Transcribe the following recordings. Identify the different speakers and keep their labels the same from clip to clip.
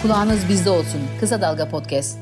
Speaker 1: Kulağınız bizde olsun. Kısa Dalga Podcast.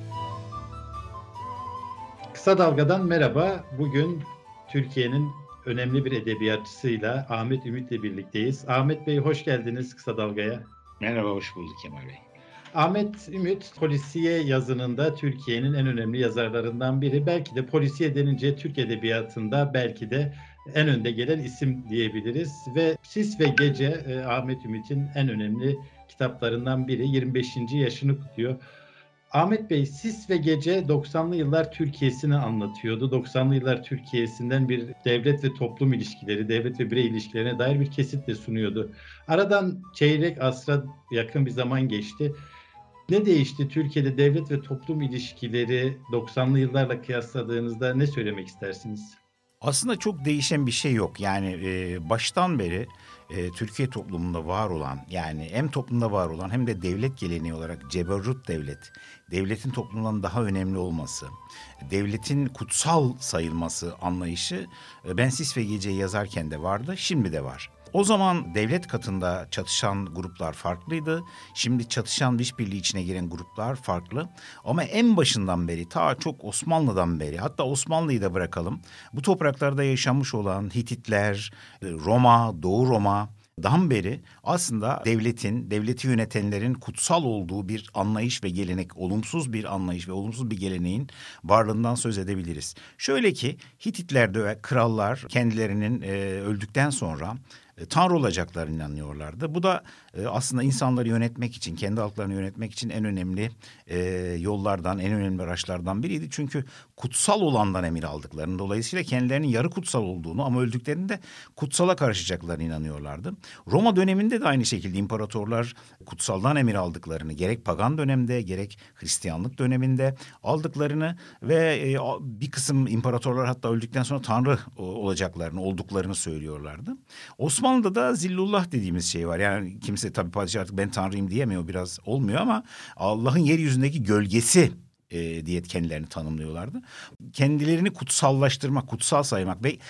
Speaker 2: Kısa Dalga'dan merhaba. Bugün Türkiye'nin önemli bir edebiyatçısıyla Ahmet Ümit'le birlikteyiz. Ahmet Bey hoş geldiniz Kısa Dalga'ya.
Speaker 3: Merhaba, hoş bulduk Kemal Bey.
Speaker 2: Ahmet Ümit, polisiye yazınında Türkiye'nin en önemli yazarlarından biri. Belki de polisiye denince Türk edebiyatında belki de en önde gelen isim diyebiliriz. Ve Sis ve Gece Ahmet Ümit'in en önemli kitaplarından biri. 25. yaşını kutluyor. Ahmet Bey, Sis ve Gece 90'lı yıllar Türkiye'sini anlatıyordu. 90'lı yıllar Türkiye'sinden bir devlet ve toplum ilişkileri, devlet ve birey ilişkilerine dair bir kesit de sunuyordu. Aradan çeyrek asra yakın bir zaman geçti. Ne değişti Türkiye'de devlet ve toplum ilişkileri 90'lı yıllarla kıyasladığınızda ne söylemek istersiniz?
Speaker 3: Aslında çok değişen bir şey yok. Yani baştan beri Türkiye toplumunda var olan, yani hem toplumda var olan hem de devlet geleneği olarak ceberrut devlet, devletin toplumdan daha önemli olması, devletin kutsal sayılması anlayışı ben Sis ve Gece'yi yazarken de vardı, şimdi de var. O zaman devlet katında çatışan gruplar farklıydı. Şimdi çatışan işbirliği içine giren gruplar farklı. Ama en başından beri, ta çok Osmanlı'dan beri, hatta Osmanlı'yı da bırakalım, bu topraklarda yaşamış olan Hititler, Roma, Doğu Roma'dan beri aslında devleti yönetenlerin kutsal olduğu bir anlayış ve gelenek, olumsuz bir anlayış ve olumsuz bir geleneğin varlığından söz edebiliriz. Şöyle ki Hititlerde krallar kendilerinin öldükten sonra tanrı olacaklarına inanıyorlardı. Bu da aslında insanları yönetmek için, kendi halklarını yönetmek için en önemli yollardan, en önemli araçlardan biriydi. Çünkü kutsal olandan emir aldıklarını, dolayısıyla kendilerinin yarı kutsal olduğunu ama öldüklerinde kutsala karışacaklarına inanıyorlardı. Roma döneminde de aynı şekilde imparatorlar kutsaldan emir aldıklarını, gerek pagan dönemde gerek Hristiyanlık döneminde aldıklarını ve bir kısım imparatorlar hatta öldükten sonra tanrı olduklarını söylüyorlardı. Osmanlı'da da zillullah dediğimiz şey var. Yani kimse tabii padişah artık ben tanrıyım diyemiyor, biraz olmuyor ama Allah'ın yeryüzündeki gölgesi diye kendilerini tanımlıyorlardı. Kendilerini kutsallaştırmak, kutsal saymak ve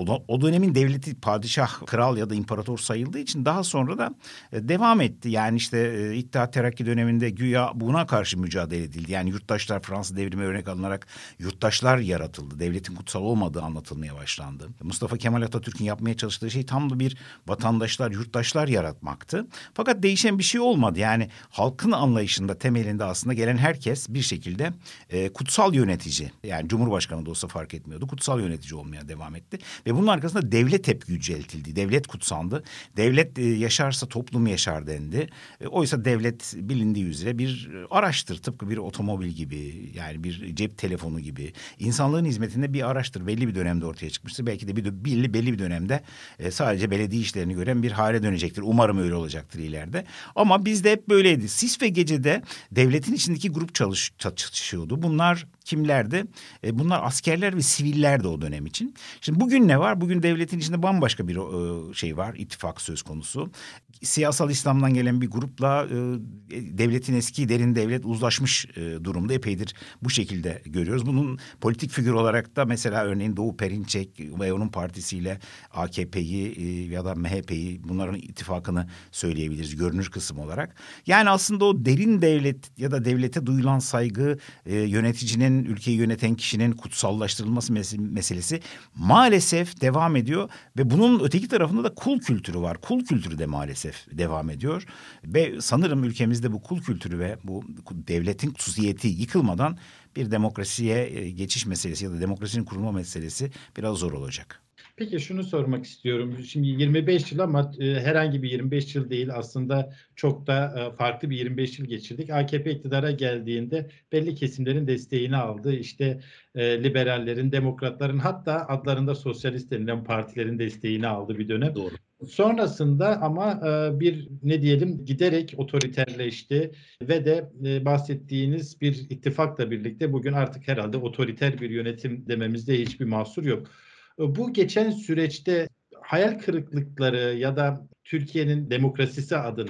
Speaker 3: o dönemin devleti padişah, kral ya da imparator sayıldığı için daha sonra da devam etti. Yani işte İttihat Terakki döneminde güya buna karşı mücadele edildi. Yani yurttaşlar, Fransız devrimi örnek alınarak yurttaşlar yaratıldı. Devletin kutsal olmadığı anlatılmaya başlandı. Mustafa Kemal Atatürk'ün yapmaya çalıştığı şey tam da bir vatandaşlar, yurttaşlar yaratmaktı. Fakat değişen bir şey olmadı. Yani halkın anlayışında, temelinde aslında gelen herkes bir şekilde kutsal yönetici, yani Cumhurbaşkanı da olsa fark etmiyordu, kutsal yönetici olmaya devam etti. Ve bunun arkasında devlet hep yüceltildi. Devlet kutsandı. Devlet yaşarsa toplum yaşar dendi. Oysa devlet bilindiği üzere bir araçtır. Tıpkı bir otomobil gibi, yani bir cep telefonu gibi. İnsanlığın hizmetinde bir araçtır. Belli bir dönemde ortaya çıkmıştır. Belki de belli bir dönemde sadece belediye işlerini gören bir hale dönecektir. Umarım öyle olacaktır ileride. Ama bizde hep böyleydi. Sis ve Gece'de devletin içindeki grup çatışıyordu. Bunlar kimlerdi? Bunlar askerler ve sivillerdi o dönem için. Şimdi bugün ne var? Bugün devletin içinde bambaşka bir şey var, ittifak söz konusu. Siyasal İslam'dan gelen bir grupla devletin eski derin devlet uzlaşmış durumda, epeydir bu şekilde görüyoruz. Bunun politik figür olarak da mesela örneğin Doğu Perinçek ve onun partisiyle AKP'yi ya da MHP'yi, bunların ittifakını söyleyebiliriz görünür kısım olarak. Yani aslında o derin devlet ya da devlete duyulan saygı, yöneticinin, ülkeyi yöneten kişinin kutsallaştırılması meselesi maalesef devam ediyor ve bunun öteki tarafında da kul kültürü var. Kul kültürü de maalesef devam ediyor ve sanırım ülkemizde bu kul kültürü ve bu devletin kutsiyeti yıkılmadan bir demokrasiye geçiş meselesi ya da demokrasinin kurulma meselesi biraz zor olacak.
Speaker 2: Peki şunu sormak istiyorum. Şimdi 25 yıl ama herhangi bir 25 yıl değil. Aslında çok da farklı bir 25 yıl geçirdik. AKP iktidara geldiğinde belli kesimlerin desteğini aldı. İşte liberallerin, demokratların, hatta adlarında sosyalist denilen partilerin desteğini aldı bir dönem.
Speaker 3: Doğru.
Speaker 2: Sonrasında ama bir ne diyelim giderek otoriterleşti ve de bahsettiğiniz bir ittifakla birlikte bugün artık herhalde otoriter bir yönetim dememizde hiçbir mahsur yok. Bu geçen süreçte hayal kırıklıkları ya da Türkiye'nin demokrasisi adına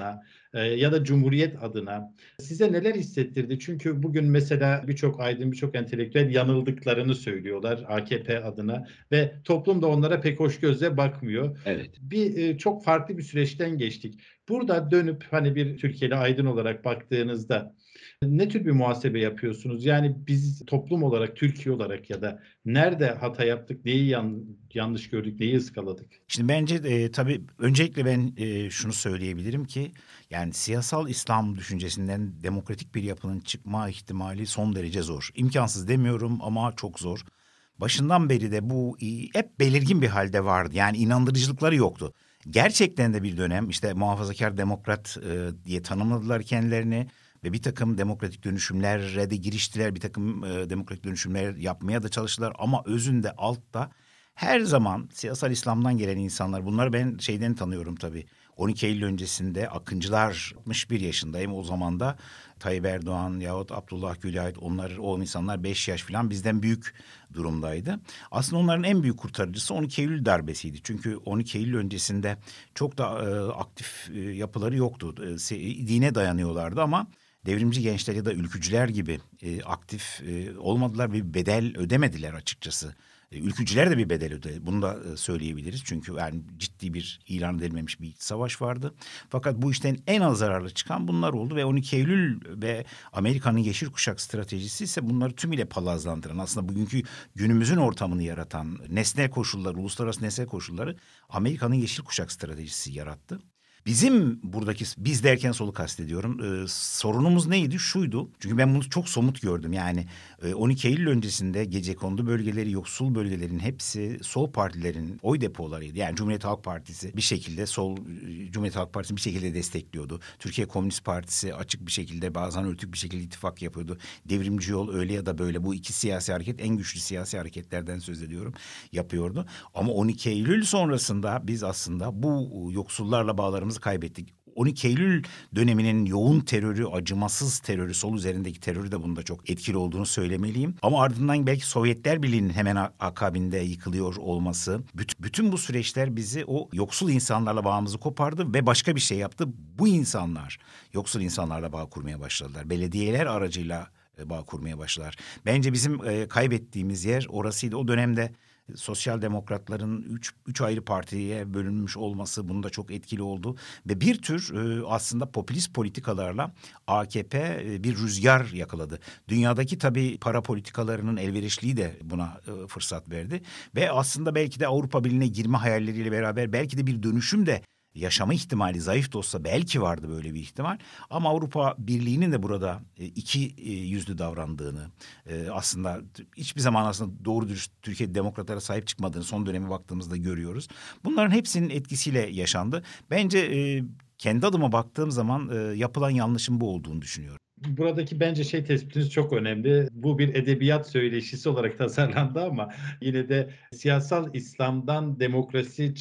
Speaker 2: ya da Cumhuriyet adına size neler hissettirdi? Çünkü bugün mesela birçok aydın, birçok entelektüel yanıldıklarını söylüyorlar AKP adına ve toplum da onlara pek hoş gözle bakmıyor.
Speaker 4: Evet.
Speaker 2: Çok farklı bir süreçten geçtik. Burada dönüp hani bir Türkiye'li aydın olarak baktığınızda ne tür bir muhasebe yapıyorsunuz? Yani biz toplum olarak, Türkiye olarak ya da nerede hata yaptık, neyi yanlış gördük, neyi ıskaladık?
Speaker 3: Şimdi bence tabii öncelikle ben şunu söyleyebilirim ki yani siyasal İslam düşüncesinden demokratik bir yapının çıkma ihtimali son derece zor. İmkansız demiyorum ama çok zor. Başından beri de bu hep belirgin bir halde vardı. Yani inandırıcılıkları yoktu. Gerçekten de bir dönem işte muhafazakar demokrat diye tanımladılar kendilerini. Ve bir takım demokratik dönüşümlere de giriştiler. Bir takım demokratik dönüşümler yapmaya da çalıştılar. Ama özünde altta her zaman siyasal İslam'dan gelen insanlar. Bunları ben şeyden tanıyorum tabii. 12 Eylül öncesinde Akıncılar 61 yaşındayım. O zaman da Tayyip Erdoğan yahut Abdullah Gül'e ait o insanlar 5 yaş falan bizden büyük durumdaydı. Aslında onların en büyük kurtarıcısı 12 Eylül darbesiydi. Çünkü 12 Eylül öncesinde çok da aktif yapıları yoktu. Dine dayanıyorlardı ama devrimci gençler ya da ülkücüler gibi aktif olmadılar ve bir bedel ödemediler açıkçası. Ülkücüler de bir bedel ödedi. Bunu da söyleyebiliriz. Çünkü yani ciddi bir ilan edilmemiş bir iç savaş vardı. Fakat bu işten en az zararlı çıkan bunlar oldu ve 12 Eylül ve Amerika'nın yeşil kuşak stratejisi ise bunları tümüyle palazlandıran, aslında bugünkü günümüzün ortamını yaratan nesnel koşulları, uluslararası nesnel koşulları Amerika'nın yeşil kuşak stratejisi yarattı. Bizim buradaki, biz derken solu kastediyorum, sorunumuz neydi? Şuydu. Çünkü ben bunu çok somut gördüm. Yani 12 Eylül öncesinde gecekondu bölgeleri, yoksul bölgelerin hepsi sol partilerin oy depolarıydı. Yani Cumhuriyet Halk Partisi bir şekilde Cumhuriyet Halk Partisi bir şekilde destekliyordu. Türkiye Komünist Partisi açık bir şekilde, bazen örtük bir şekilde ittifak yapıyordu. Devrimci Yol öyle ya da böyle, bu iki siyasi hareket en güçlü siyasi hareketlerden söz ediyorum, yapıyordu. Ama 12 Eylül sonrasında biz aslında bu yoksullarla bağlarımızı kaybettik. 12 Eylül döneminin yoğun terörü, acımasız terörü, sol üzerindeki terörü de bunda çok etkili olduğunu söylemeliyim. Ama ardından belki Sovyetler Birliği'nin hemen akabinde yıkılıyor olması, bütün bu süreçler bizi o yoksul insanlarla bağımızı kopardı ve başka bir şey yaptı. Bu insanlar yoksul insanlarla bağ kurmaya başladılar. Belediyeler aracıyla bağ kurmaya başladılar. Bence bizim kaybettiğimiz yer orasıydı. O dönemde sosyal demokratların üç ayrı partiye bölünmüş olması bunda çok etkili oldu. Ve bir tür aslında popülist politikalarla AKP bir rüzgar yakaladı. Dünyadaki tabii para politikalarının elverişliği de buna fırsat verdi. Ve aslında belki de Avrupa Birliği'ne girme hayalleriyle beraber belki de bir dönüşüm de yaşama ihtimali zayıf da olsa belki vardı böyle bir ihtimal. Ama Avrupa Birliği'nin de burada iki yüzlü davrandığını, aslında hiçbir zaman aslında doğru dürüst Türkiye demokratlara sahip çıkmadığını son döneme baktığımızda görüyoruz. Bunların hepsinin etkisiyle yaşandı. Bence kendi adıma baktığım zaman yapılan yanlışın bu olduğunu düşünüyorum.
Speaker 2: Buradaki bence tespitiniz çok önemli. Bu bir edebiyat söyleşisi olarak tasarlandı ama yine de siyasal İslam'dan demokrasi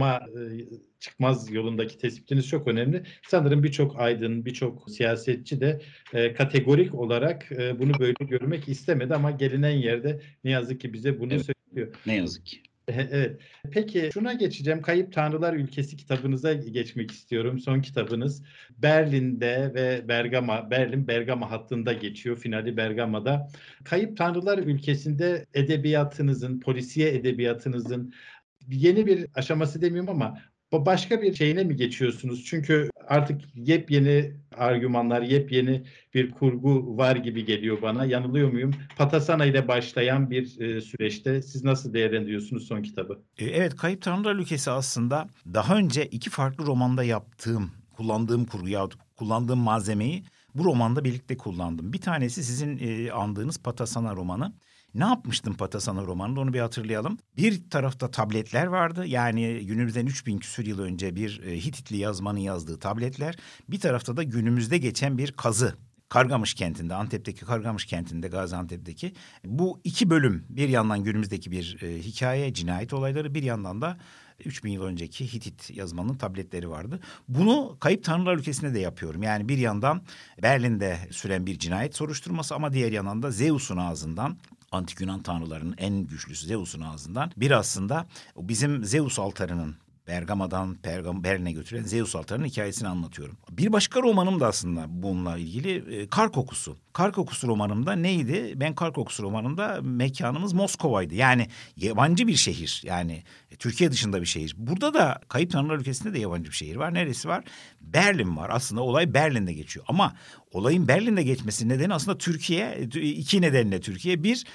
Speaker 2: çıkmaz yolundaki tespitiniz çok önemli. Sanırım birçok aydın, birçok siyasetçi de kategorik olarak bunu böyle görmek istemedi ama gelinen yerde ne yazık ki bize bunu söylüyor.
Speaker 4: Ne yazık ki.
Speaker 2: Evet. Peki şuna geçeceğim. Kayıp Tanrılar Ülkesi kitabınıza geçmek istiyorum. Son kitabınız Berlin'de ve Bergama hattında geçiyor. Finali Bergama'da. Kayıp Tanrılar Ülkesi'nde edebiyatınızın, polisiye edebiyatınızın yeni bir aşaması demiyorum ama başka bir şeyine mi geçiyorsunuz? Çünkü artık yepyeni argümanlar, yepyeni bir kurgu var gibi geliyor bana. Yanılıyor muyum? Patasana ile başlayan bir süreçte siz nasıl değerlendiriyorsunuz son kitabı?
Speaker 3: Evet, Kayıp Tanrılar Ülkesi aslında daha önce iki farklı romanda kullandığım kurgu ya kullandığım malzemeyi bu romanda birlikte kullandım. Bir tanesi sizin andığınız Patasana romanı. Ne yapmıştım Patasana romanında, onu bir hatırlayalım. Bir tarafta tabletler vardı. Yani günümüzden 3000 küsur yıl önce bir Hititli yazmanın yazdığı tabletler. Bir tarafta da günümüzde geçen bir kazı. Kargamış kentinde, Antep'teki Kargamış kentinde, Gaziantep'teki. Bu iki bölüm, bir yandan günümüzdeki bir hikaye, cinayet olayları, bir yandan da 3000 yıl önceki Hitit yazmanın tabletleri vardı. Bunu Kayıp Tanrılar Ülkesi'nde de yapıyorum. Yani bir yandan Berlin'de süren bir cinayet soruşturması ama diğer yandan da Zeus'un ağzından, Antik Yunan tanrılarının en güçlüsü Zeus'un ağzından bir aslında bizim Zeus altarının Bergama'dan Berlin'e götüren Zeus altarının hikayesini anlatıyorum. Bir başka romanım da aslında bununla ilgili Kar Kokusu. Kar Kokusu romanımda neydi? Ben Kar Kokusu romanımda mekanımız Moskova'ydı. Yani yabancı bir şehir. Yani Türkiye dışında bir şehir. Burada da Kayıp Tanrılar Ülkesi'nde de yabancı bir şehir var. Neresi var? Berlin var. Aslında olay Berlin'de geçiyor. Ama olayın Berlin'de geçmesi nedeni aslında Türkiye. İki nedenle Türkiye. Bir,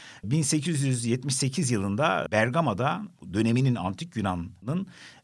Speaker 3: 1878 yılında Bergama'da döneminin antik Yunan'ın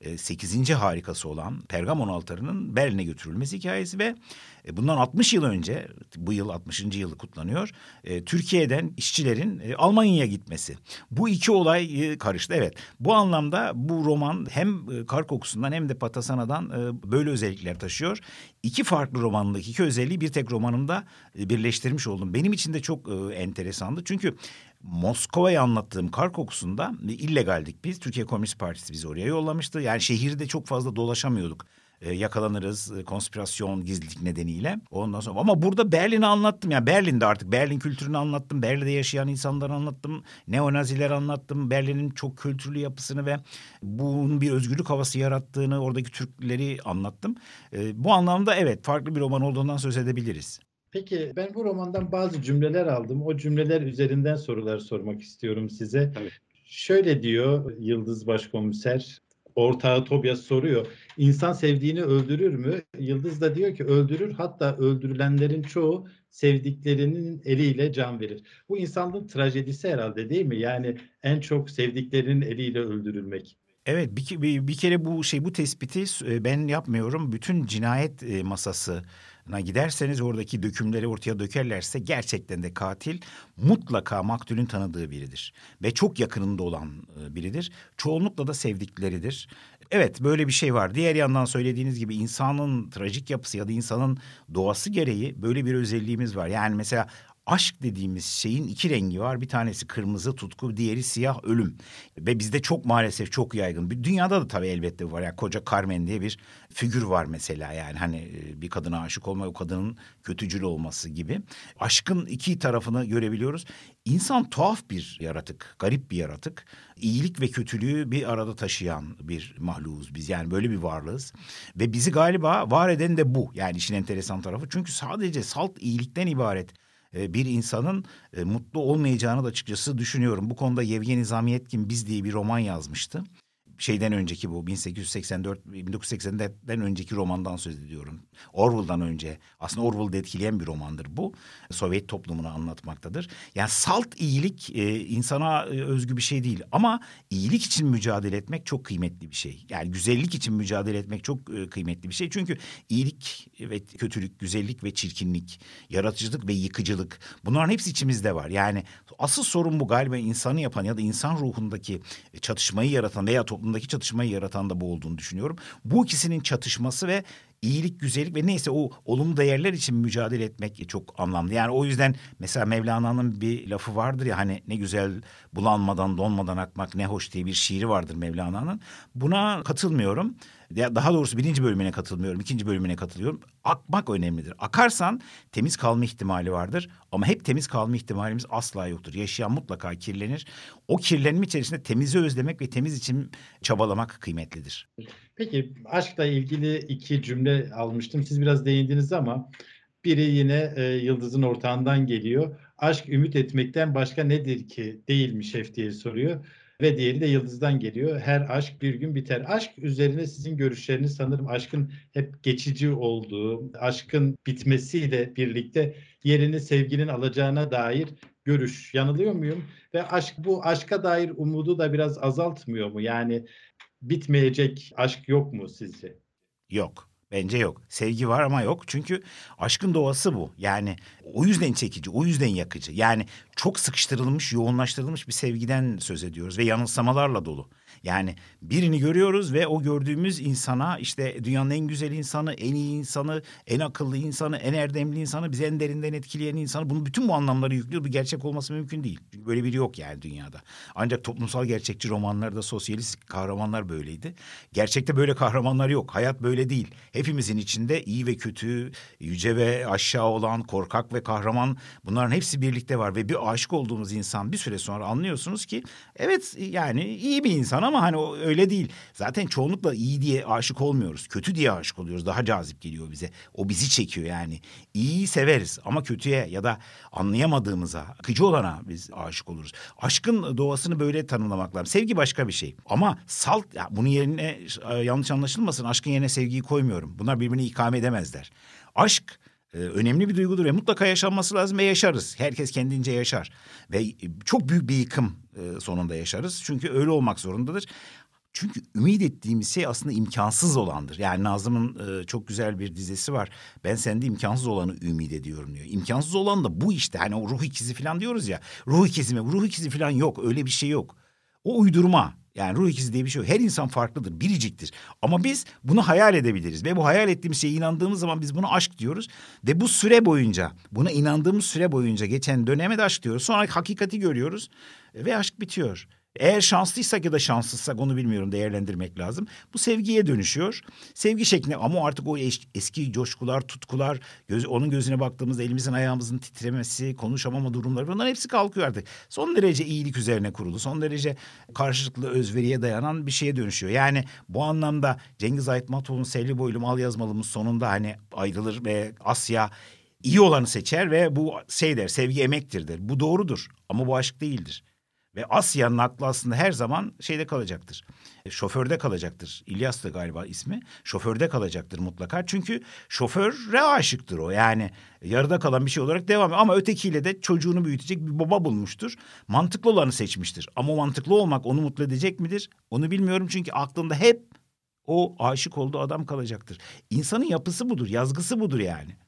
Speaker 3: 8. harikası olan Pergamon altarının Berlin'e götürülmesi hikayesi ve bundan 60 yıl önce, bu yıl 60. yılı kutlanıyor, Türkiye'den işçilerin Almanya'ya gitmesi. Bu iki olay karıştı. Evet, bu anlamda bu roman hem Kar Kokusu'ndan hem de Patasana'dan böyle özellikler taşıyor. İki farklı romanlık, iki özelliği bir tek romanımda birleştirmiş oldum. Benim için de çok enteresandı. Çünkü Moskova'yı anlattığım Kar Kokusu'nda illegaldik biz. Türkiye Komünist Partisi bizi oraya yollamıştı. Yani şehirde çok fazla dolaşamıyorduk. Yakalanırız, konspirasyon, gizlilik nedeniyle. Ondan sonra ama burada Berlin'i anlattım. Yani Berlin'de artık Berlin kültürünü anlattım. Berlin'de yaşayan insanları anlattım. Neonazileri anlattım. Berlin'in çok kültürlü yapısını ve bunun bir özgürlük havası yarattığını, oradaki Türkleri anlattım. Bu anlamda evet, farklı bir roman olduğundan söz edebiliriz.
Speaker 2: Peki ben bu romandan bazı cümleler aldım. O cümleler üzerinden sorular sormak istiyorum size.
Speaker 3: Tabii.
Speaker 2: Şöyle diyor Yıldız Başkomiser, ortağı Tobias soruyor. İnsan sevdiğini öldürür mü? Yıldız da diyor ki öldürür. Hatta öldürülenlerin çoğu sevdiklerinin eliyle can verir. Bu insanlığın trajedisi herhalde, değil mi? Yani en çok sevdiklerinin eliyle öldürülmek.
Speaker 3: Evet, bir kere bu tespiti ben yapmıyorum. Bütün cinayet masasına giderseniz oradaki dökümleri ortaya dökerlerse gerçekten de katil mutlaka maktulün tanıdığı biridir. Ve çok yakınında olan biridir. Çoğunlukla da sevdikleridir. Evet, böyle bir şey var. Diğer yandan söylediğiniz gibi insanın trajik yapısı ya da insanın doğası gereği böyle bir özelliğimiz var. Yani mesela aşk dediğimiz şeyin iki rengi var. Bir tanesi kırmızı tutku, diğeri siyah ölüm. Ve bizde çok maalesef çok yaygın. Dünyada da tabii elbette var. Yani koca Carmen diye bir figür var mesela. Yani hani bir kadına aşık olma, o kadının kötücül olması gibi. Aşkın iki tarafını görebiliyoruz. İnsan tuhaf bir yaratık, garip bir yaratık. İyilik ve kötülüğü bir arada taşıyan bir mahluğuz biz. Yani böyle bir varlığız. Ve bizi galiba var eden de bu. Yani işin enteresan tarafı. Çünkü sadece salt iyilikten ibaret bir insanın mutlu olmayacağını da açıkçası düşünüyorum. Bu konuda Yevgeni Zamyatkin Biz diye bir roman yazmıştı. Şeyden önceki bu 1984 önceki romandan söz ediyorum. Orwell'dan önce. Aslında Orwell'da etkileyen bir romandır bu. Sovyet toplumunu anlatmaktadır. Yani salt iyilik insana özgü bir şey değil. Ama iyilik için mücadele etmek çok kıymetli bir şey. Yani güzellik için mücadele etmek çok kıymetli bir şey. Çünkü iyilik ve kötülük, güzellik ve çirkinlik, yaratıcılık ve yıkıcılık, bunların hepsi içimizde var. Yani asıl sorun bu galiba, insanı yapan ya da insan ruhundaki çatışmayı yaratan veya toplumdaki çatışmayı yaratan da bu olduğunu düşünüyorum. Bu ikisinin çatışması ve iyilik, güzellik ve neyse o olumlu değerler için mücadele etmek çok anlamlı. Yani o yüzden mesela Mevlana'nın bir lafı vardır ya, hani ne güzel bulanmadan donmadan akmak ne hoş diye bir şiiri vardır Mevlana'nın. Buna katılmıyorum. Daha doğrusu birinci bölümüne katılmıyorum, ikinci bölümüne katılıyorum. Akmak önemlidir. Akarsan temiz kalma ihtimali vardır ama hep temiz kalma ihtimalimiz asla yoktur. Yaşayan mutlaka kirlenir. O kirlenme içerisinde temizi özlemek ve temiz için çabalamak kıymetlidir.
Speaker 2: Peki aşkla ilgili iki cümle almıştım. Siz biraz değindiniz ama biri yine Yıldız'ın ortağından geliyor. Aşk ümit etmekten başka nedir ki, değil mi şef diye soruyor. Ve diğeri de Yıldız'dan geliyor. Her aşk bir gün biter. Aşk üzerine sizin görüşleriniz, sanırım aşkın hep geçici olduğu, aşkın bitmesiyle birlikte yerini sevginin alacağına dair görüş. Yanılıyor muyum? Ve bu aşka dair umudu da biraz azaltmıyor mu? Yani bitmeyecek aşk yok mu sizce?
Speaker 3: Yok. Bence yok. Sevgi var ama yok. Çünkü aşkın doğası bu. Yani o yüzden çekici, o yüzden yakıcı. Yani çok sıkıştırılmış, yoğunlaştırılmış bir sevgiden söz ediyoruz ve yanılsamalarla dolu. Yani birini görüyoruz ve o gördüğümüz insana işte dünyanın en güzel insanı, en iyi insanı, en akıllı insanı, en erdemli insanı, bizi en derinden etkileyen insanı, bütün bu anlamları yüklüyor. Bu gerçek olması mümkün değil. Çünkü böyle biri yok yani dünyada. Ancak toplumsal gerçekçi romanlarda sosyalist kahramanlar böyleydi. Gerçekte böyle kahramanlar yok. Hayat böyle değil. Hepimizin içinde iyi ve kötü, yüce ve aşağı olan, korkak ve kahraman, bunların hepsi birlikte var. Ve bir aşık olduğumuz insan bir süre sonra anlıyorsunuz ki evet, yani iyi bir insan ama hani o öyle değil. Zaten çoğunlukla iyi diye aşık olmuyoruz. Kötü diye aşık oluyoruz. Daha cazip geliyor bize. O bizi çekiyor yani. İyiyi severiz ama kötüye ya da anlayamadığımıza, akıcı olana biz aşık oluruz. Aşkın doğasını böyle tanımlamak lazım. Sevgi başka bir şey. Ama salt, ya bunun yerine yanlış anlaşılmasın, aşkın yerine sevgiyi koymuyorum. Bunlar birbirini ikame edemezler. Aşk önemli bir duygudur ve mutlaka yaşanması lazım ve yaşarız. Herkes kendince yaşar. Ve çok büyük bir yıkım sonunda yaşarız. Çünkü öyle olmak zorundadır. Çünkü ümit ettiğimiz şey aslında imkansız olandır. Yani Nazım'ın çok güzel bir dizesi var. Ben sende imkansız olanı ümit ediyorum diyor. İmkansız olan da bu işte. Hani o ruh ikizi falan diyoruz ya. Ruh ikizi mi? Ruh ikizi falan yok. Öyle bir şey yok. O uydurma. Yani ruh ikizi diye bir şey yok. Her insan farklıdır, biriciktir. Ama biz bunu hayal edebiliriz. Ve bu hayal ettiğimiz şeye inandığımız zaman biz buna aşk diyoruz. Ve bu süre boyunca, buna inandığımız süre boyunca geçen döneme de aşk diyoruz. Sonra hakikati görüyoruz ve aşk bitiyor. Eğer şanslıysak ya da şanssızsak onu bilmiyorum, değerlendirmek lazım. Bu sevgiye dönüşüyor. Sevgi şeklinde ama artık o eski coşkular, tutkular, onun gözüne baktığımızda elimizin ayağımızın titremesi, konuşamama durumları, bunların hepsi kalkıyor artık. Son derece iyilik üzerine kurulu, son derece karşılıklı özveriye dayanan bir şeye dönüşüyor. Yani bu anlamda Cengiz Aytmatoğlu'nun Selvi Boylum Al Yazmalımız sonunda hani ayrılır ve Asya iyi olanı seçer ve bu şey der, sevgi emektir der. Bu doğrudur ama bu aşk değildir. Ve Asya'nın aklı aslında her zaman şeyde kalacaktır. Şoförde kalacaktır. İlyas da galiba ismi. Şoförde kalacaktır mutlaka. Çünkü şoföre aşıktır o. Yani yarıda kalan bir şey olarak devam ediyor. Ama ötekiyle de çocuğunu büyütecek bir baba bulmuştur. Mantıklı olanı seçmiştir. Ama o mantıklı olmak onu mutlu edecek midir? Onu bilmiyorum çünkü aklında hep o aşık olduğu adam kalacaktır. İnsanın yapısı budur, yazgısı budur yani.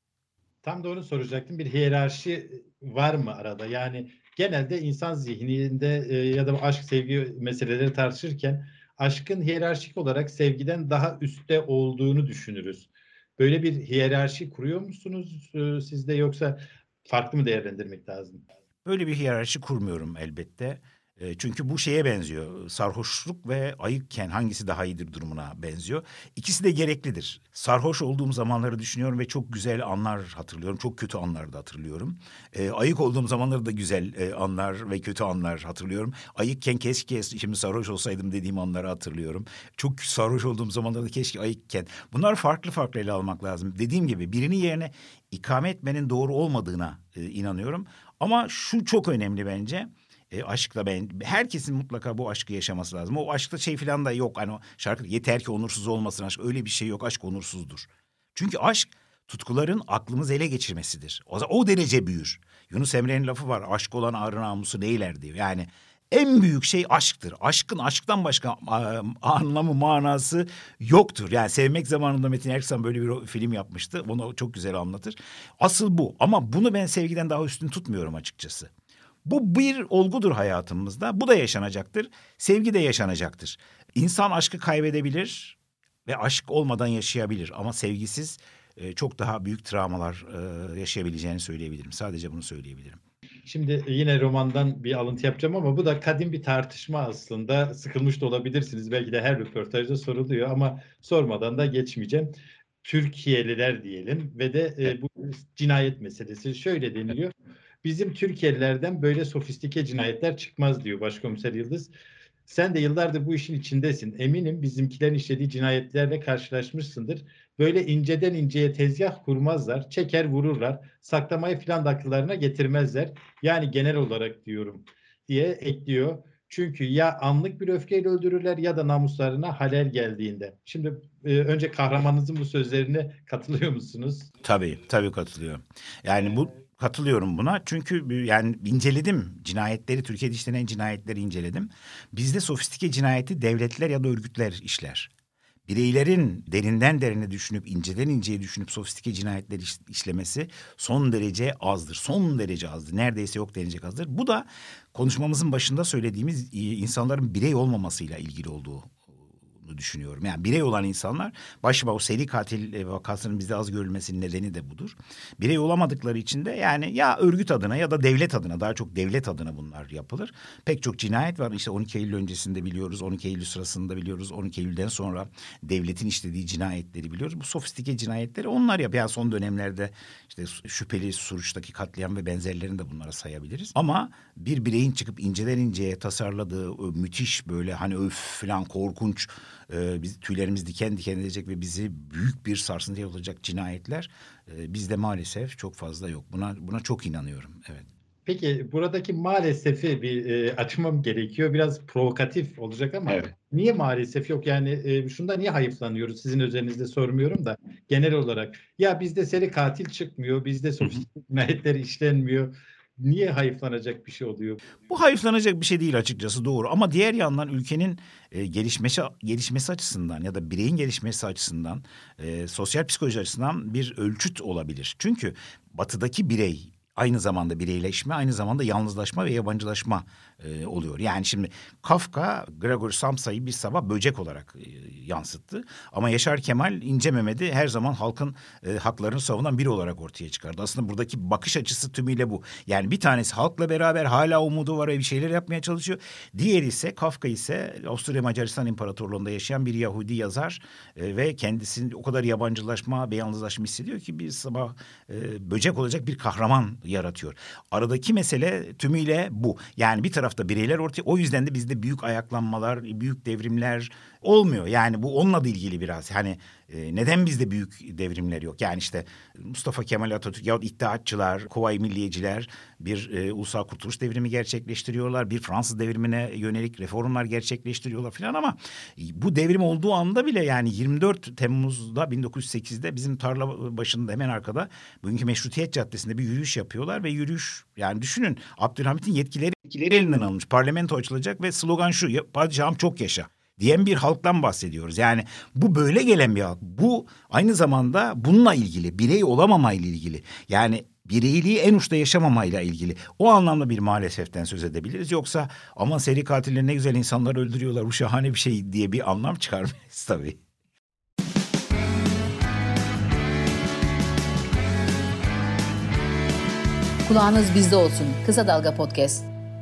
Speaker 2: Tam da onu soracaktım. Bir hiyerarşi var mı arada? Yani genelde insan zihninde ya da aşk sevgi meseleleri tartışırken aşkın hiyerarşik olarak sevgiden daha üstte olduğunu düşünürüz. Böyle bir hiyerarşi kuruyor musunuz sizde, yoksa farklı mı değerlendirmek lazım?
Speaker 3: Böyle bir hiyerarşi kurmuyorum elbette. Çünkü bu şeye benziyor. Sarhoşluk ve ayıkken hangisi daha iyidir durumuna benziyor. İkisi de gereklidir. Sarhoş olduğum zamanları düşünüyorum ve çok güzel anlar hatırlıyorum. Çok kötü anlar da hatırlıyorum. Ayık olduğum zamanları da güzel anlar ve kötü anlar hatırlıyorum. Ayıkken keşke şimdi sarhoş olsaydım dediğim anları hatırlıyorum. Çok sarhoş olduğum zamanlarda keşke ayıkken. Bunlar farklı farklı ele almak lazım. Dediğim gibi birinin yerine ikame etmenin doğru olmadığına inanıyorum. Ama şu çok önemli bence. Aşkla herkesin mutlaka bu aşkı yaşaması lazım. O aşkta şey falan da yok. Hani o şarkı yeter ki onursuz olmasın aşk. Öyle bir şey yok. Aşk onursuzdur. Çünkü aşk tutkuların aklımızı ele geçirmesidir. O derece büyür. Yunus Emre'nin lafı var. Aşk olan ağrı namusu neyler diyor. Yani en büyük şey aşktır. Aşkın aşktan başka anlamı, manası yoktur. Yani Sevmek Zamanında Metin Erksan böyle bir film yapmıştı. Onu çok güzel anlatır. Asıl bu. Ama bunu ben sevgiden daha üstün tutmuyorum açıkçası. Bu bir olgudur hayatımızda. Bu da yaşanacaktır. Sevgi de yaşanacaktır. İnsan aşkı kaybedebilir ve aşk olmadan yaşayabilir. Ama sevgisiz çok daha büyük travmalar yaşayabileceğini söyleyebilirim. Sadece bunu söyleyebilirim.
Speaker 2: Şimdi yine romandan bir alıntı yapacağım ama bu da kadim bir tartışma aslında. Sıkılmış da olabilirsiniz. Belki de her röportajda soruluyor ama sormadan da geçmeyeceğim. Türkiye'liler diyelim ve de bu cinayet meselesi şöyle deniliyor. Bizim Türkiye'lilerden böyle sofistike cinayetler çıkmaz diyor Başkomiser Yıldız. Sen de yıllardır bu işin içindesin. Eminim bizimkilerin işlediği cinayetlerle karşılaşmışsındır. Böyle inceden inceye tezgah kurmazlar, çeker vururlar, saklamayı filan da akıllarına getirmezler. Yani genel olarak diyorum diye ekliyor. Çünkü ya anlık bir öfkeyle öldürürler ya da namuslarına halel geldiğinde. Şimdi önce kahramanınızın bu sözlerine katılıyor musunuz?
Speaker 3: Tabii katılıyorum. Yani katılıyorum buna. Çünkü yani inceledim cinayetleri, Türkiye'de işlenen cinayetleri inceledim. Bizde sofistike cinayeti devletler ya da örgütler işler. Bireylerin derinden derine düşünüp, inceden inceye düşünüp sofistike cinayetler işlemesi son derece azdır. Son derece azdır. Neredeyse yok denecek azdır. Bu da konuşmamızın başında söylediğimiz insanların birey olmamasıyla ilgili olduğu düşünüyorum. Yani birey olan insanlar, başıma o seri katil vakasının bizde az görülmesinin nedeni de budur. Birey olamadıkları için de yani ya örgüt adına ya da devlet adına, daha çok devlet adına bunlar yapılır. Pek çok cinayet var. İşte 12 Eylül öncesinde biliyoruz, 12 Eylül sırasında biliyoruz, 12 Eylül'den sonra devletin işlediği cinayetleri biliyoruz. Bu sofistike cinayetleri onlar yapıyor. Yani son dönemlerde işte şüpheli Suruç'taki katliam ve benzerlerini de bunlara sayabiliriz. Ama bir bireyin çıkıp inceden inceye tasarladığı müthiş böyle hani öf falan korkunç, biz tüylerimiz diken diken edecek ve bizi büyük bir sarsıntıya olacak cinayetler bizde maalesef çok fazla yok. Buna çok inanıyorum. Evet.
Speaker 2: Peki buradaki maalesef'i bir açmam gerekiyor. Biraz provokatif olacak ama
Speaker 3: Evet.
Speaker 2: niye maalesef yok? Yani şunda niye hayıflanıyoruz? Sizin özelinizde sormuyorum da genel olarak. Ya bizde seri katil çıkmıyor, bizde sofistik cinayetler işlenmiyor. Niye hayıflanacak bir şey oluyor?
Speaker 3: Bu hayıflanacak bir şey değil açıkçası, doğru. Ama diğer yandan ülkenin gelişmesi açısından ya da bireyin gelişmesi açısından, sosyal psikoloji açısından bir ölçüt olabilir. Çünkü batıdaki birey aynı zamanda bireyleşme, aynı zamanda yalnızlaşma ve yabancılaşma oluyor. Yani şimdi Kafka, Gregor Samsa'yı bir sabah böcek olarak yansıttı. Ama Yaşar Kemal İnce Mehmet'i her zaman halkın haklarını savunan biri olarak ortaya çıkardı. Aslında buradaki bakış açısı tümüyle bu. Yani bir tanesi halkla beraber hala umudu var ve bir şeyler yapmaya çalışıyor. Diğeri ise, Kafka ise Avusturya Macaristan İmparatorluğu'nda yaşayan bir Yahudi yazar ve kendisini o kadar yabancılaşma ve yalnızlaşma hissediyor ki bir sabah böcek olacak bir kahraman yaratıyor. Aradaki mesele tümüyle bu. Yani bir tarafta bireyler ortaya, o yüzden de bizde büyük ayaklanmalar, büyük devrimler olmuyor. Yani bu onunla da ilgili biraz. Hani neden bizde büyük devrimler yok? Yani işte Mustafa Kemal Atatürk yahut İttihatçılar, Kuvayi Milliyeciler bir ulusal kurtuluş devrimi gerçekleştiriyorlar. Bir Fransız devrimine yönelik reformlar gerçekleştiriyorlar falan ama bu devrim olduğu anda bile, yani 24 Temmuz'da 1908'de bizim tarla başında hemen arkada bugünkü Meşrutiyet Caddesi'nde bir yürüyüş yapıyorlar ve yürüyüş, yani düşünün, Abdülhamit'in yetkileri elinden alınmış. Parlamento açılacak ve slogan şu: padişahım çok yaşa diyen bir halktan bahsediyoruz. Yani bu böyle gelen bir halk. Bu aynı zamanda bununla ilgili, birey olamamayla ilgili. Yani bireyliği en uçta yaşamamayla ilgili. O anlamda bir maaleseften söz edebiliriz. Yoksa aman seri katiller ne güzel insanlar öldürüyorlar, bu şahane bir şey diye bir anlam çıkarmayız tabii.
Speaker 1: Kulağınız bizde olsun. Kısa Dalga Podcast.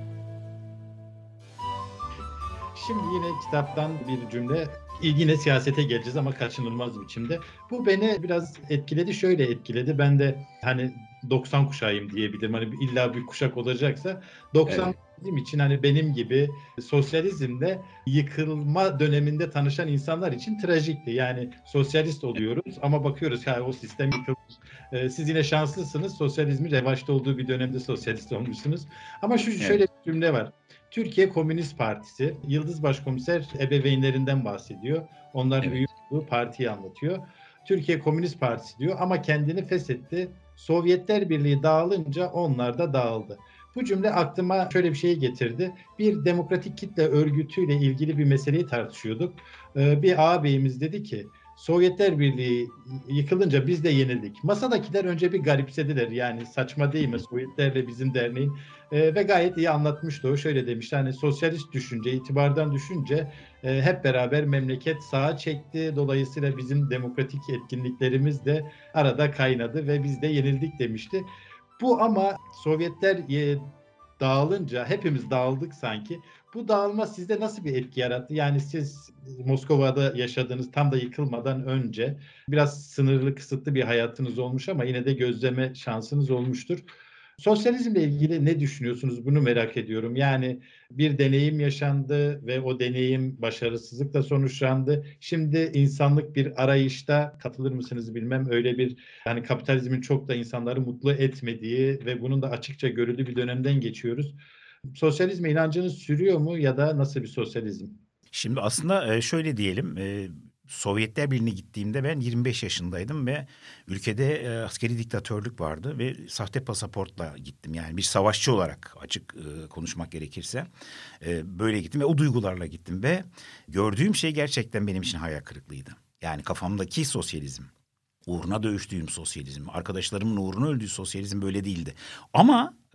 Speaker 2: Şimdi yine kitaptan bir cümle. Yine siyasete geleceğiz ama kaçınılmaz biçimde. Bu beni biraz etkiledi. Şöyle etkiledi. Ben de hani 90 kuşağıyım diyebilirim. Hani illa bir kuşak olacaksa 90 bizim için hani benim gibi sosyalizmde yıkılma döneminde tanışan insanlar için trajikti. Yani sosyalist oluyoruz ama bakıyoruz o sistem yıkılmış. Siz yine şanslısınız. Sosyalizmin revaçta olduğu bir dönemde sosyalist olmuşsunuz. Ama şöyle bir cümle var. Türkiye Komünist Partisi, Yıldız Başkomiser ebeveynlerinden bahsediyor. Onların üye olduğu partiyi anlatıyor. Türkiye Komünist Partisi diyor ama kendini feshetti. Sovyetler Birliği dağılınca onlar da dağıldı. Bu cümle aklıma şöyle bir şey getirdi. Bir demokratik kitle örgütüyle ilgili bir meseleyi tartışıyorduk. Bir ağabeyimiz dedi ki, Sovyetler Birliği yıkılınca biz de yenildik. Masadakiler önce bir garipsediler. Yani saçma değil mi Sovyetlerle bizim derneğin? Ve gayet iyi anlatmıştı o. Şöyle demişti, hani sosyalist düşünce, itibardan düşünce hep beraber memleket sağa çekti. Dolayısıyla bizim demokratik etkinliklerimiz de arada kaynadı ve biz de yenildik demişti. Bu ama Sovyetler dağılınca hepimiz dağıldık sanki. Bu dağılma sizde nasıl bir etki yarattı? Yani siz Moskova'da yaşadığınız, tam da yıkılmadan önce biraz sınırlı, kısıtlı bir hayatınız olmuş ama yine de gözleme şansınız olmuştur. Sosyalizmle ilgili ne düşünüyorsunuz? Bunu merak ediyorum. Yani bir deneyim yaşandı ve o deneyim başarısızlıkla sonuçlandı. Şimdi insanlık bir arayışta, katılır mısınız bilmem, öyle bir, yani kapitalizmin çok da insanları mutlu etmediği ve bunun da açıkça görüldüğü bir dönemden geçiyoruz. Sosyalizme inancınız sürüyor mu ya da nasıl bir sosyalizm?
Speaker 3: Şimdi aslında şöyle diyelim, Sovyetler Birliği'ne gittiğimde ben 25 yaşındaydım ve ülkede askeri diktatörlük vardı ve sahte pasaportla gittim. Yani bir savaşçı olarak, açık konuşmak gerekirse böyle gittim ve o duygularla gittim ve gördüğüm şey gerçekten benim için hayal kırıklığıydı. Yani kafamdaki sosyalizm, uğruna dövüştüğüm sosyalizm, arkadaşlarımın uğruna öldüğü sosyalizm böyle değildi. Ama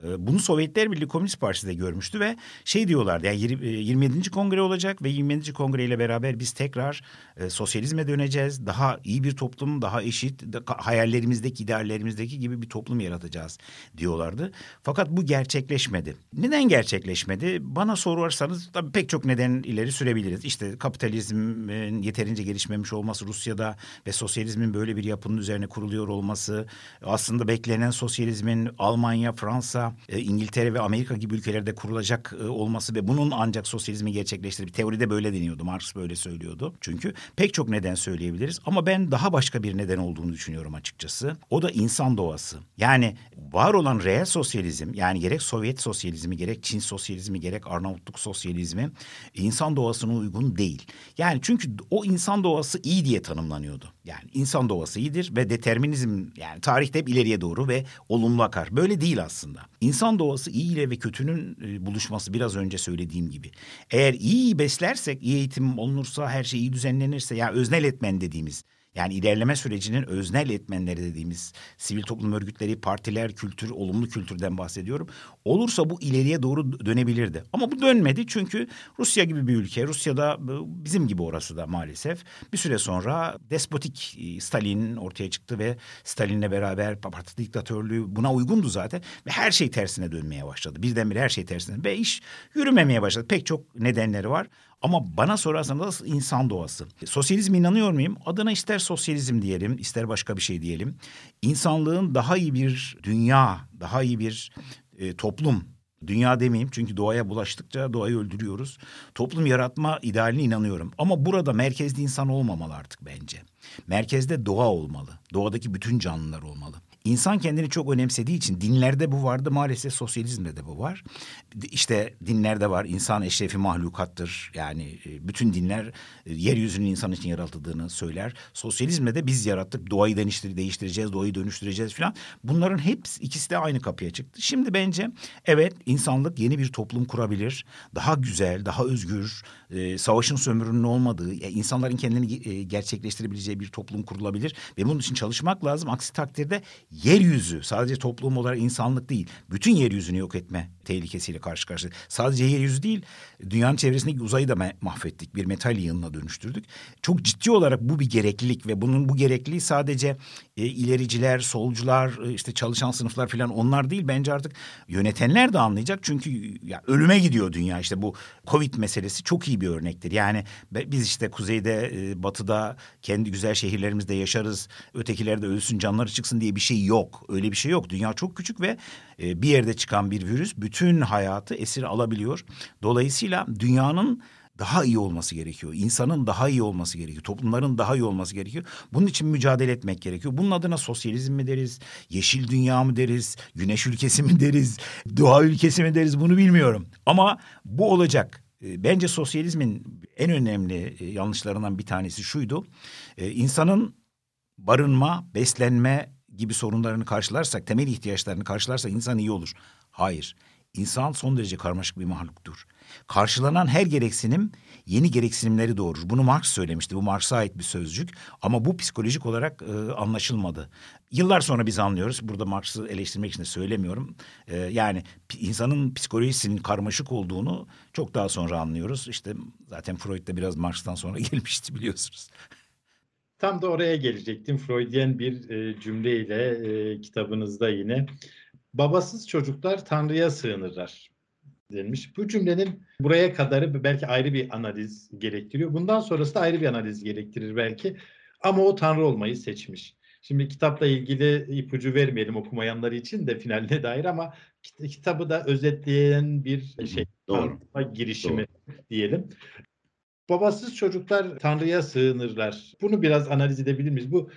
Speaker 3: Bunu Sovyetler Birliği Komünist Partisi de görmüştü ve şey diyorlardı, yani 27. kongre olacak ve 27. kongre ile beraber biz tekrar sosyalizme döneceğiz. Daha iyi bir toplum, daha eşit, hayallerimizdeki, ideallerimizdeki gibi bir toplum yaratacağız diyorlardı. Fakat bu gerçekleşmedi. Neden gerçekleşmedi? Bana sorarsanız tabii pek çok neden ileri sürebiliriz. İşte kapitalizmin yeterince gelişmemiş olması Rusya'da ve sosyalizmin böyle bir yapının üzerine kuruluyor olması, aslında beklenen sosyalizmin Almanya, Fransa, İngiltere ve Amerika gibi ülkelerde kurulacak olması ve bunun ancak sosyalizmi gerçekleştirip, teoride böyle deniyordu, Marx böyle söylüyordu. Çünkü pek çok neden söyleyebiliriz ama ben daha başka bir neden olduğunu düşünüyorum açıkçası. O da insan doğası. Yani var olan reel sosyalizm, yani gerek Sovyet sosyalizmi, gerek Çin sosyalizmi, gerek Arnavutluk sosyalizmi insan doğasına uygun değil. Yani çünkü o insan doğası iyi diye tanımlanıyordu. Yani insan doğası iyidir ve determinizm, yani tarihte hep ileriye doğru ve olumlu akar. Böyle değil aslında. İnsan doğası iyi ile ve kötünün buluşması, biraz önce söylediğim gibi. Eğer iyi beslersek, iyi eğitim olunursa, her şey iyi düzenlenirse, yani öznel etmen dediğimiz, yani ilerleme sürecinin öznel etmenleri dediğimiz sivil toplum örgütleri, partiler, kültür, olumlu kültürden bahsediyorum. Olursa bu ileriye doğru dönebilirdi. Ama bu dönmedi çünkü Rusya gibi bir ülke, Rusya'da bizim gibi orası da maalesef bir süre sonra despotik Stalin ortaya çıktı ve Stalin'le beraber parti diktatörlüğü buna uygundu zaten ve her şey tersine dönmeye başladı. Birdenbire her şey tersine ve iş yürümemeye başladı. Pek çok nedenleri var. Ama bana sorarsanız insan doğası. Sosyalizme inanıyor muyum? Adına ister sosyalizm diyelim, ister başka bir şey diyelim. İnsanlığın daha iyi bir dünya, daha iyi bir toplum, dünya demeyeyim çünkü doğaya bulaştıkça doğayı öldürüyoruz. Toplum yaratma idealine inanıyorum. Ama burada merkezde insan olmamalı artık bence. Merkezde doğa olmalı. Doğadaki bütün canlılar olmalı. İnsan kendini çok önemsediği için dinlerde bu vardı, maalesef sosyalizmde de bu var. İşte dinlerde var, insan eşrefi mahlukattır. Yani bütün dinler yeryüzünün insan için yaratıldığını söyler. Sosyalizmde de biz yarattık, doğayı değiştireceğiz, doğayı dönüştüreceğiz falan. Bunların hepsi, ikisi de aynı kapıya çıktı. Şimdi bence evet, insanlık yeni bir toplum kurabilir. Daha güzel, daha özgür, savaşın sömürünün olmadığı, insanların kendini gerçekleştirebileceği bir toplum kurulabilir. Ve bunun için çalışmak lazım. Aksi takdirde yeryüzü, sadece toplum olarak insanlık değil, bütün yeryüzünü yok etme tehlikesiyle karşı karşıya. Sadece yeryüzü değil, dünyanın çevresindeki uzayı da mahvettik. Bir metal yığınına dönüştürdük. Çok ciddi olarak bu bir gereklilik ve bu gerekliliği sadece ilericiler, solcular, işte çalışan sınıflar falan, onlar değil. Bence artık yönetenler de anlayacak. Çünkü ya, ölüme gidiyor dünya. İşte bu Covid meselesi çok iyi bir örnektir. Yani biz işte kuzeyde, batıda kendi güzel şehirlerimizde yaşarız. Ötekiler de ölsün, canları çıksın diye bir şey yok. Öyle bir şey yok. Dünya çok küçük ve bir yerde çıkan bir virüs bütün hayatı esir alabiliyor. Dolayısıyla dünyanın daha iyi olması gerekiyor. İnsanın daha iyi olması gerekiyor. Toplumların daha iyi olması gerekiyor. Bunun için mücadele etmek gerekiyor. Bunun adına sosyalizm mi deriz? Yeşil dünya mı deriz? Güneş ülkesi mi deriz? Doğa ülkesi mi deriz? Bunu bilmiyorum. Ama bu olacak. Bence sosyalizmin en önemli yanlışlarından bir tanesi şuydu. İnsanın barınma, beslenme gibi sorunlarını karşılarsak, temel ihtiyaçlarını karşılarsak insan iyi olur. Hayır. İnsan son derece karmaşık bir mahluktur. Karşılanan her gereksinim yeni gereksinimleri doğurur. Bunu Marx söylemişti. Bu Marx'a ait bir sözcük. Ama bu psikolojik olarak anlaşılmadı. Yıllar sonra biz anlıyoruz. Burada Marx'ı eleştirmek için de söylemiyorum. Yani insanın psikolojisinin karmaşık olduğunu çok daha sonra anlıyoruz. İşte zaten Freud da biraz Marx'tan sonra gelmişti, biliyorsunuz.
Speaker 2: Tam da oraya gelecektim. Freudyen bir cümleyle kitabınızda yine babasız çocuklar Tanrı'ya sığınırlar denmiş. Bu cümlenin buraya kadarı belki ayrı bir analiz gerektiriyor. Bundan sonrası da ayrı bir analiz gerektirir belki. Ama o Tanrı olmayı seçmiş. Şimdi kitapla ilgili ipucu vermeyelim okumayanlar için de finaline dair, ama kitabı da özetleyen bir şey,
Speaker 3: Doğru.
Speaker 2: girişimi diyelim. Babasız çocuklar Tanrı'ya sığınırlar. Bunu biraz analiz edebilir miyiz? Bu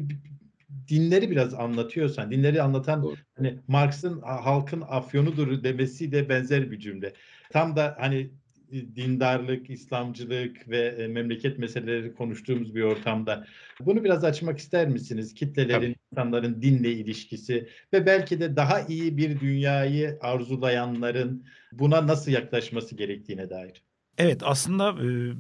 Speaker 2: dinleri biraz anlatıyorsan, dinleri anlatan hani Marx'ın halkın afyonudur demesi de benzer bir cümle. Tam da hani dindarlık, İslamcılık ve memleket meseleleri konuştuğumuz bir ortamda. Bunu biraz açmak ister misiniz? Kitlelerin, insanların dinle ilişkisi ve belki de daha iyi bir dünyayı arzulayanların buna nasıl yaklaşması gerektiğine dair.
Speaker 3: Evet, aslında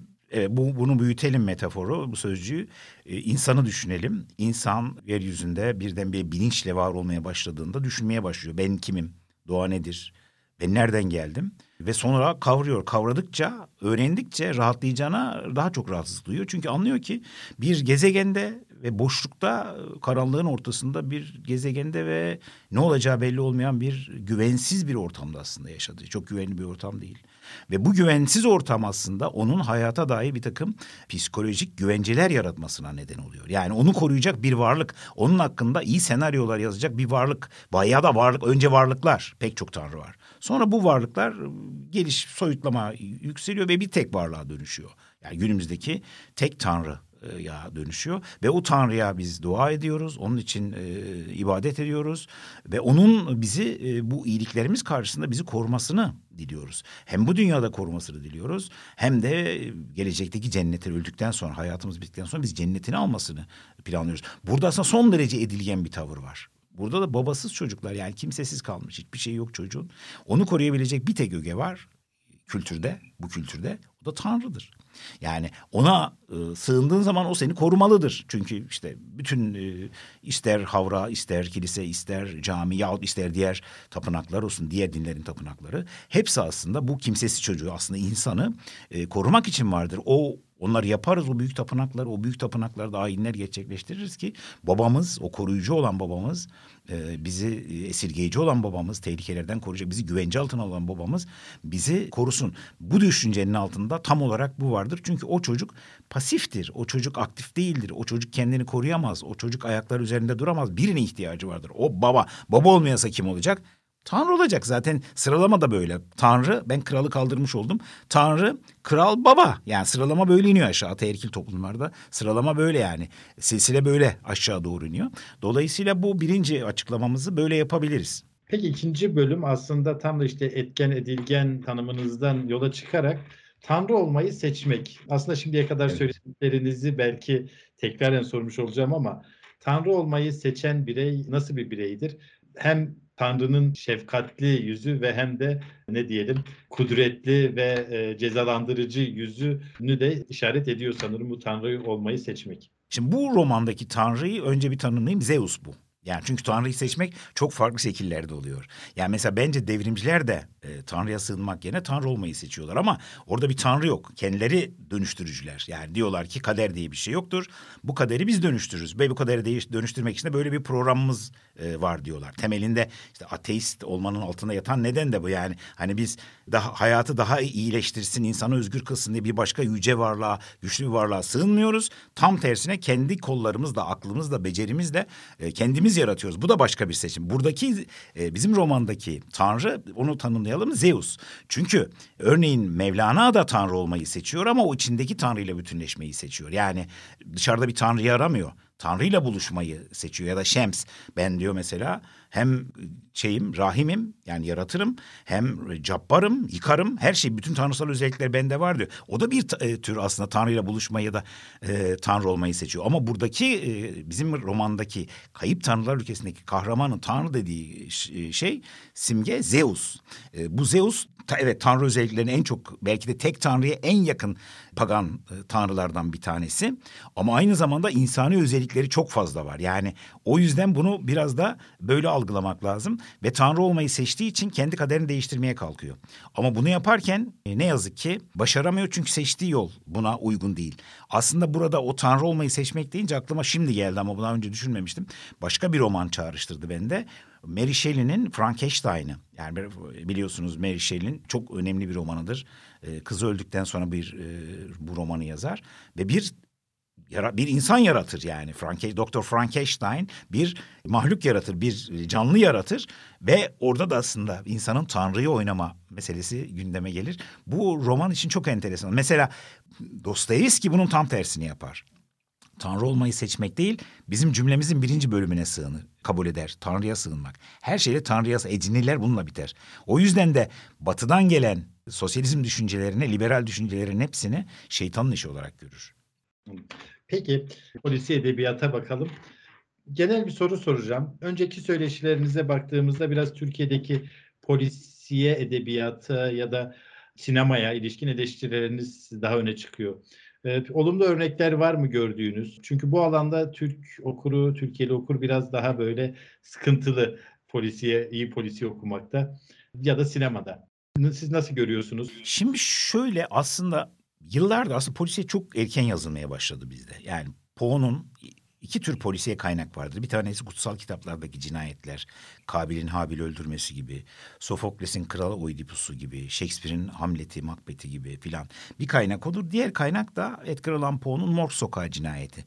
Speaker 3: bunu büyütelim, metaforu, bu sözcüğü. İnsanı düşünelim. İnsan yeryüzünde birdenbire bilinçle var olmaya başladığında düşünmeye başlıyor. Ben kimim? Doğa nedir? Ben nereden geldim? Ve sonra kavradıkça, öğrendikçe rahatlayacağına daha çok rahatsızlık duyuyor. Çünkü anlıyor ki bir gezegende ve boşlukta, karanlığın ortasında bir gezegende ve ne olacağı belli olmayan bir güvensiz bir ortamda aslında yaşadığı. Çok güvenli bir ortam değil. Ve bu güvensiz ortam aslında onun hayata dair bir takım psikolojik güvenceler yaratmasına neden oluyor. Yani onu koruyacak bir varlık, onun hakkında iyi senaryolar yazacak bir varlık. Ya da varlık, önce varlıklar, pek çok tanrı var. Sonra bu varlıklar soyutlama yükseliyor ve bir tek varlığa dönüşüyor. Yani günümüzdeki tek tanrı ya dönüşüyor ve o Tanrı'ya biz dua ediyoruz, onun için ibadet ediyoruz ve onun bizi bu iyiliklerimiz karşısında bizi korumasını diliyoruz. Hem bu dünyada korumasını diliyoruz hem de gelecekteki cennete öldükten sonra, hayatımız bittikten sonra biz cennetini almasını planlıyoruz. Burada aslında son derece edilgen bir tavır var. Burada da babasız çocuklar, yani kimsesiz kalmış, hiçbir şey yok çocuğun. Onu koruyabilecek bir tek öge var bu kültürde, o da Tanrı'dır. Yani ona sığındığın zaman o seni korumalıdır. Çünkü işte bütün ister havra, ister kilise, ister cami yahut ister diğer tapınaklar olsun, diğer dinlerin tapınakları, hepsi aslında bu kimsesiz çocuğu, aslında insanı korumak için vardır. Onları yaparız, o büyük tapınaklarda ayinler gerçekleştiririz ki babamız, o koruyucu olan babamız, bizi esirgeyici olan babamız, tehlikelerden koruyacak, bizi güvence altına alan babamız bizi korusun. Bu düşüncenin altında tam olarak bu vardır. Çünkü o çocuk pasiftir, o çocuk aktif değildir, o çocuk kendini koruyamaz, o çocuk ayakları üzerinde duramaz. Birine ihtiyacı vardır. O baba olmayasa kim olacak? Tanrı olacak. Zaten sıralama da böyle. Tanrı, ben kralı kaldırmış oldum. Tanrı, kral, baba. Yani sıralama böyle iniyor aşağı. Ataerkil toplumlarda sıralama böyle yani. Silsile böyle aşağı doğru iniyor. Dolayısıyla bu birinci açıklamamızı böyle yapabiliriz.
Speaker 2: Peki ikinci bölüm aslında tam da işte etken edilgen tanımınızdan yola çıkarak Tanrı olmayı seçmek. Aslında şimdiye kadar söylediklerinizi belki tekraren sormuş olacağım ama Tanrı olmayı seçen birey nasıl bir bireydir? Hem Tanrı'nın şefkatli yüzü ve hem de ne diyelim kudretli ve cezalandırıcı yüzünü de işaret ediyor sanırım bu Tanrı olmayı seçmek.
Speaker 3: Şimdi bu romandaki Tanrı'yı önce bir tanımlayayım. Zeus bu. Yani çünkü Tanrı'yı seçmek çok farklı şekillerde oluyor. Yani mesela bence devrimciler de Tanrı'ya sığınmak yerine Tanrı olmayı seçiyorlar. Ama orada bir Tanrı yok. Kendileri dönüştürücüler. Yani diyorlar ki kader diye bir şey yoktur. Bu kaderi biz dönüştürürüz. Ve bu kaderi dönüştürmek için de böyle bir programımız var diyorlar. Temelinde işte ateist olmanın altında yatan neden de bu. Yani hani biz hayatı daha iyileştirsin, insanı özgür kılsın diye bir başka yüce varlığa, güçlü bir varlığa sığınmıyoruz. Tam tersine kendi kollarımızla, aklımızla, becerimizle kendimiz yaratıyoruz. Bu da başka bir seçim. Buradaki bizim romandaki Tanrı, onu tanımlayalım, Zeus. Çünkü örneğin Mevlana da Tanrı olmayı seçiyor ama o içindeki Tanrı'yla bütünleşmeyi seçiyor. Yani dışarıda bir Tanrı'yı aramıyor. Tanrı'yla buluşmayı seçiyor. Ya da Şems, ben diyor mesela hem rahimim, yani yaratırım, hem cabbarım, yıkarım, her şey, bütün tanrısal özellikler bende var diyor. O da bir tür aslında Tanrı'yla buluşmayı ya da Tanrı olmayı seçiyor. Ama buradaki bizim romandaki Kayıp Tanrılar Ülkesi'ndeki kahramanın Tanrı dediği simge Zeus. Bu Zeus evet Tanrı özelliklerine en çok, belki de tek Tanrı'ya en yakın pagan tanrılardan bir tanesi. Ama aynı zamanda insani özellikleri çok fazla var. Yani o yüzden bunu biraz da böyle algılamak lazım. Ve Tanrı olmayı seçtiği için kendi kaderini değiştirmeye kalkıyor. Ama bunu yaparken ne yazık ki başaramıyor, çünkü seçtiği yol buna uygun değil. Aslında burada o Tanrı olmayı seçmek deyince aklıma şimdi geldi ama bundan önce düşünmemiştim. Başka bir roman çağrıştırdı bende. Mary Shelley'nin Frankenstein'ı. Yani biliyorsunuz Mary Shelley'nin çok önemli bir romanıdır. Kızı öldükten sonra bu romanı yazar ve bir insan yaratır yani. Doktor Frankenstein bir mahluk yaratır, bir canlı yaratır ve orada da aslında insanın Tanrı'yı oynama meselesi gündeme gelir. Bu roman için çok enteresan. Mesela Dostoyevski bunun tam tersini yapar. Tanrı olmayı seçmek değil, bizim cümlemizin 1. bölümüne kabul eder. Tanrı'ya sığınmak. Her şeyle Tanrı'ya ediniler, bununla biter. O yüzden de batıdan gelen sosyalizm düşüncelerini, liberal düşüncelerin hepsini şeytanın işi olarak görür.
Speaker 2: Peki, polisiye edebiyata bakalım. Genel bir soru soracağım. Önceki söyleşilerinize baktığımızda biraz Türkiye'deki polisiye edebiyata ya da sinemaya ilişkin eleştirileriniz daha öne çıkıyor. Olumlu örnekler var mı gördüğünüz? Çünkü bu alanda Türkiye'li okur biraz daha böyle sıkıntılı. iyi polisiye okumakta ya da sinemada. Siz nasıl görüyorsunuz?
Speaker 3: Şimdi şöyle, aslında yıllardır aslında polisiye çok erken yazılmaya başladı bizde. Yani Poe'nun iki tür polisiye kaynak vardır. Bir tanesi kutsal kitaplardaki cinayetler, Kabil'in Habil'i öldürmesi gibi, Sofokles'in Kralı Oidipus'u gibi, Shakespeare'in Hamlet'i, Macbeth'i gibi filan bir kaynak olur. Diğer kaynak da Edgar Allan Poe'nun Morg Sokağı cinayeti.